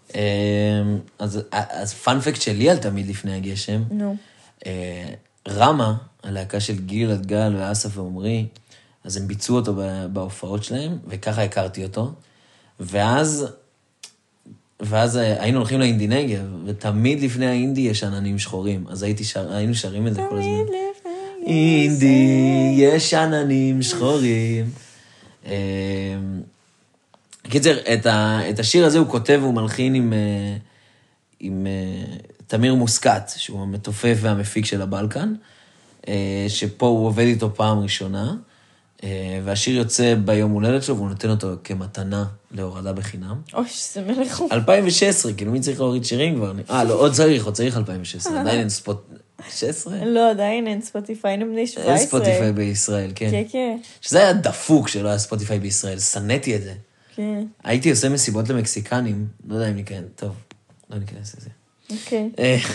אז פאנפקט שלי על תמיד לפני הגשם, רמה, הלהקה של גיל, גל ואסף ועומרי, אז הם ביצעו אותו בהופעות שלהם, וככה הכרתי אותו. ואז היינו הולכים לאינדי נגב, ותמיד לפני האינדי יש עננים שחורים. אז היינו שרים את זה כל הזמן. אינדי, יש עננים שחורים. קיצר, את השיר הזה הוא כותב והוא מלחין עם תמיר מוסקת, שהוא המתופף והמפיק של הבלקן, שפה הוא עובד איתו פעם ראשונה, והשיר יוצא ביום הולדת שלו, והוא נותן אותו כמתנה להורדה בחינם. אוי, זה מלך. 2016, כאילו מי צריך להוריד שירים כבר? לא, עוד צריך 2016, עדיין אין ספוט... 16? לא, עדיין אין ספוטיפיי, אין בני 17. אין ספוטיפיי בישראל, כן. כן, כן. שזה היה דפוק שלא היה ספוטיפיי בישראל, סנאתי את זה. כן. הייתי עושה מסיבות למקסיקנים, לא יודע אם ניכנס, טוב, לא ניכנס לזה. אוקיי.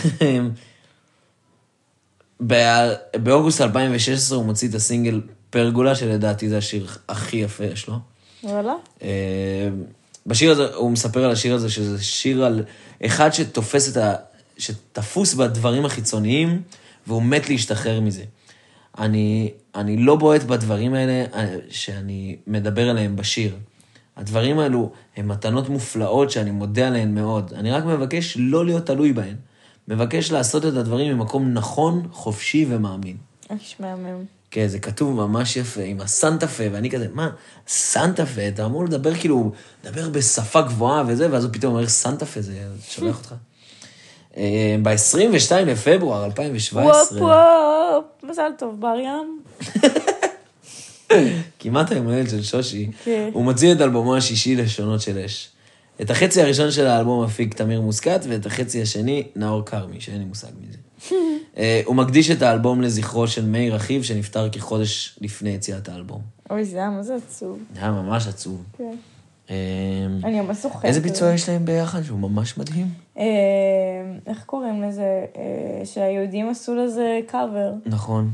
באוגוסט 2016 הוא מוציא את הסינגל פרגולה, שלדעתי זה השיר הכי יפה שלו. וואלה? בשיר הזה, הוא מספר על השיר הזה, שזה שיר על אחד שתפוס בדברים החיצוניים, והוא מת להשתחרר מזה. אני לא בועט בדברים האלה שאני מדבר עליהם בשיר. הדברים האלו הם מתנות מופלאות שאני מודה עליהן מאוד. אני רק מבקש לא להיות תלוי בהן. מבקש לעשות את הדברים ממקום נכון, חופשי ומאמין. מהמם. כן, זה כתוב ממש יפה, עם הסנטה פה, ואני כזה, מה, סנטה פה? אתה אמור לדבר כאילו, לדבר בשפה גבוהה וזה, ואז הוא פתאום אומר, סנטה פה, זה שולח אותך. ב-22 לפברואר 2017. וופ, מזל טוב, בר ים. כמעט היום הילד של שושי, הוא מוציא את אלבומו השישי לשונות של אש. את החצי הראשון של האלבום הפיק תמיר מוסקת, ואת החצי השני נאור קרמי, שאין לי מושג מזה. הוא מקדיש את האלבום לזכרו של מאיר אחיו, שנפטר כחודש לפני יציאת האלבום. אוי, זה היה מה זה עצוב. זה היה ממש עצוב. כן. אני ממש זוכרת. איזה ביצוע יש להם ביחד, שהוא ממש מדהים? איך קוראים לזה? שהיהודים עשו לזה קאבר. נכון.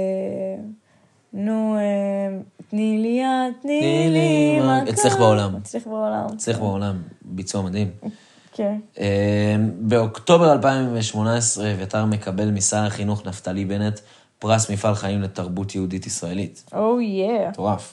נו, תני לי, מה קרה? אצלך בעולם. אצלך בעולם, ביצוע מדהים. כן. באוקטובר 2018, אביתר מקבל משר החינוך נפתלי בנט, פרס מפעל חיים לתרבות יהודית ישראלית. מטורף.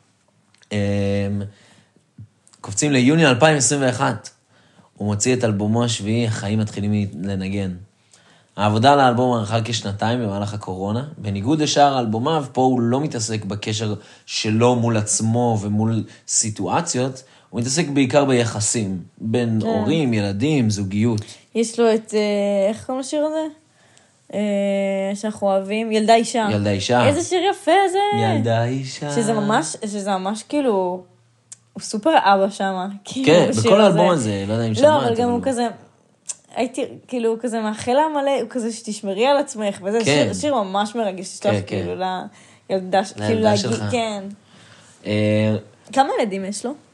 קופצים ליוני 2021, הוא מוציא את אלבומו השביעי, החיים מתחילים לנגן. העבודה על האלבום ערכה כשנתיים במהלך הקורונה, בניגוד לשאר האלבומיו, פה הוא לא מתעסק בקשר שלו מול עצמו ומול סיטואציות, הוא מתעסק בעיקר ביחסים, בין הורים, ילדים, זוגיות. יש לו את, איך קוראים לשיר הזה? שאנחנו אוהבים, ילדה אישה. ילדה אישה. איזה שיר יפה זה. ילדה אישה. שזה ממש כאילו, הוא סופר אבא שם. כן, בכל האלבום הזה, לא יודע אם שמעת. לא, אבל גם הוא כזה, הייתי, כאילו, הוא כזה מאחלה מלא, הוא כזה שתשמרי על עצמך, וזה שיר ממש מרגש, שתלך כאילו לילדה שלך. כן. כמה ילדים יש לו?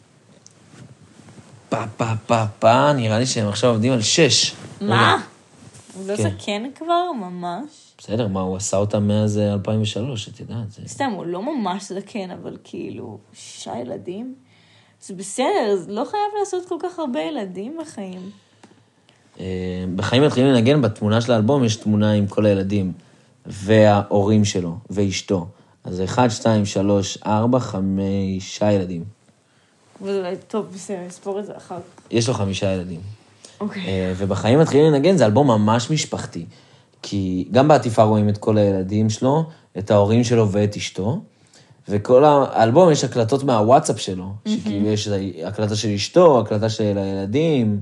נראה לי שהם עכשיו עובדים על 6. מה? הוא לא זקן כבר, ממש. בסדר, מה, הוא עשה אותם מאז 2003, את יודעת. סתם, הוא לא ממש זקן, אבל כאילו, 6 ילדים? זה בסדר, לא חייב לעשות כל כך הרבה ילדים בחיים. בחיים מתחילים לנגן, בתמונה של האלבום יש תמונה עם כל הילדים, וההורים שלו, ואשתו. אז זה 1, 2, 3, 4, 5 ילדים. וזה טוב, בסדר, ספור את זה אחר. יש לו 5 ילדים. אוקיי. ובחיים מתחילים לנגן, זה אלבום ממש משפחתי. כי גם בעטיפה רואים את כל הילדים שלו, את ההורים שלו ואת אשתו, וכל האלבום יש הקלטות מהוואטסאפ שלו, שכאילו יש הקלטה של אשתו, הקלטה של הילדים,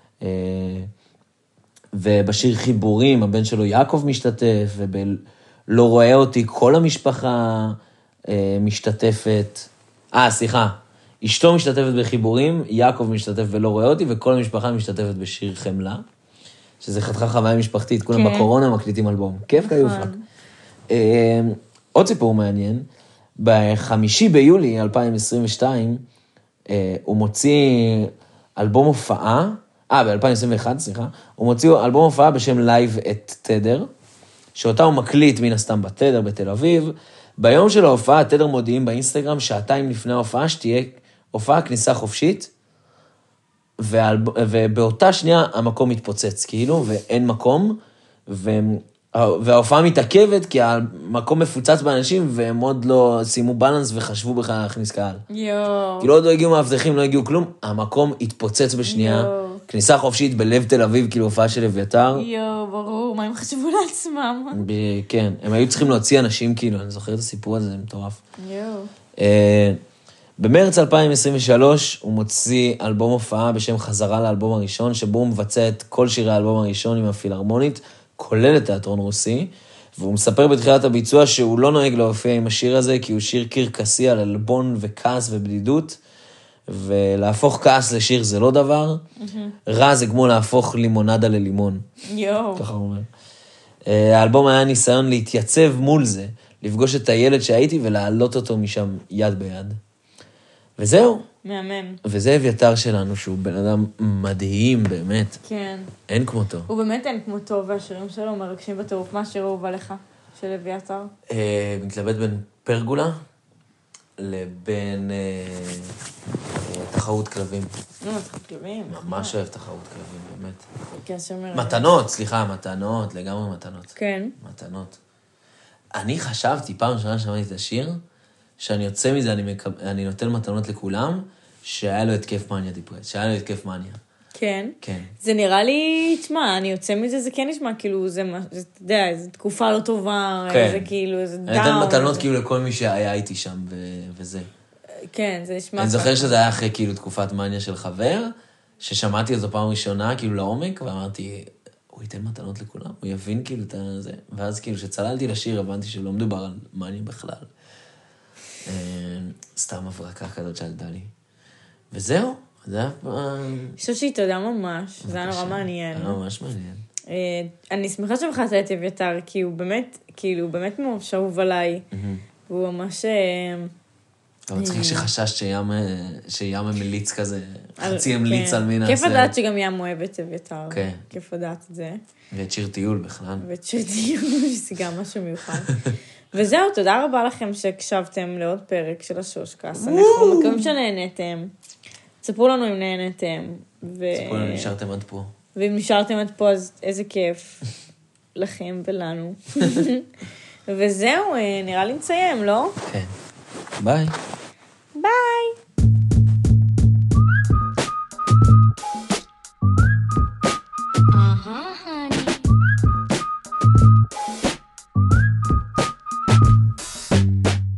ובשיר חיבורים, הבן שלו יעקב משתתף, ובלא רואה אותי, כל המשפחה משתתפת. סליחה, אשתו משתתפת בחיבורים, יעקב משתתף ולא רואה אותי, וכל המשפחה משתתפת בשיר חמלה, שזה חתיכה חוויה משפחתית, כולם בקורונה מקליטים אלבום. כיף כיופק. עוד סיפור מעניין, ב5 ביולי 2022, הוא מוציא אלבום הופעה, ב-2021, סליחה, הוא מוציא אלבום הופעה בשם לייב את תדר, שאותה הוא מקליט מן הסתם בתדר בתל אביב. ביום של ההופעה, תדר מודיעים באינסטגרם, שעתיים לפני ההופעה, שתהיה הופעה כניסה חופשית, ובאותה שנייה המקום מתפוצץ, כאילו, ואין מקום, וההופעה מתעכבת, כי המקום מפוצץ באנשים, והם עוד לא סיימו בלנס וחשבו בכלל להכניס קהל. כאילו עוד לא הגיעו מאבטחים, לא הגיעו כלום, המקום התפוצץ בשנייה, כניסה חופשית בלב תל אביב, כאילו הופעה של אביתר. ברור, מה הם חשבו לעצמם? כן, הם היו צריכים להוציא אנשים, כאילו, אני זוכר את הסיפור הזה, זה מטורף. במרץ 2023 הוא מוציא אלבום הופעה בשם חזרה לאלבום הראשון, שבו הוא מבצע את כל שירי האלבום הראשון עם הפילהרמונית, כולל את תיאטרון רוסי, והוא מספר בתחילת הביצוע שהוא לא נוהג להופיע עם השיר הזה, כי הוא שיר קרקסי על אלבון וכעס ובדידות, ולהפוך כעס לשיר זה לא דבר, רע זה כמו להפוך לימונדה ללימון. ככה הוא אומר. האלבום היה ניסיון להתייצב מול זה, לפגוש את הילד שהייתי ולהעלות אותו משם יד ביד. וזהו. מאמן. וזה אביתר שלנו, שהוא בן אדם מדהים באמת. כן. אין כמותו. הוא באמת אין כמותו, והשירים שלו מרגשים בטירוף. מה השיר אהוב עליך של אביתר? מתלבט בין פרגולה לבין תחרות כלבים. תחרות כלבים. ממש אוהב תחרות כלבים, באמת. כן, שמר... מתנות, סליחה, מתנות, לגמרי מתנות. כן. מתנות. אני חשבתי, פעם ראשונה שמעתי את השיר, שאני יוצא מזה, אני נותן מתנות לכולם, שהיה לו התקף מניה דיפרס, שהיה לו התקף מניה. כן. כן. זה נראה לי, תשמע, אני יוצא מזה, זה כן נשמע, כאילו, זה, אתה יודע, זו תקופה לא טובה, כן. זה כאילו, זה דאון. אני נותן מתנות כאילו לכל מי שהיה איתי שם, וזה. כן, זה נשמע... אני זוכר שזה היה אחרי כאילו תקופת מניה של חבר, ששמעתי את זה פעם ראשונה, כאילו לעומק, ואמרתי, הוא ייתן מתנות לכולם, הוא יבין כאילו את זה. ואז כאילו שצללתי לשיר, הבנתי שלא מדובר על מניה בכלל. סתם הברקה כזאת שעלתה לי. וזהו, זה היה... שושי, תודה ממש, זה היה נורא מעניין. היה ממש מעניין. אני שמחה שבחרת את אביתר, כי הוא באמת, כאילו, באמת מאוד שאהוב עליי, והוא ממש... אבל מצחיק שחששת שים המליץ כזה, חצי המליץ על מי נעשה. כיף לדעת שגם ים אוהב את אביתר. כן. כיף לדעת את זה. ואת שיר טיול בכלל. ואת שיר טיול, שזה גם משהו מיוחד. וזהו, תודה רבה לכם שהקשבתם לעוד פרק של השושקס. אנחנו מקווים שנהנתם. תספרו לנו אם נהנתם. תספרו לנו אם נשארתם עד פה. ואם נשארתם עד פה, אז איזה כיף לכם ולנו. וזהו, נראה לי נסיים, לא? כן. ביי.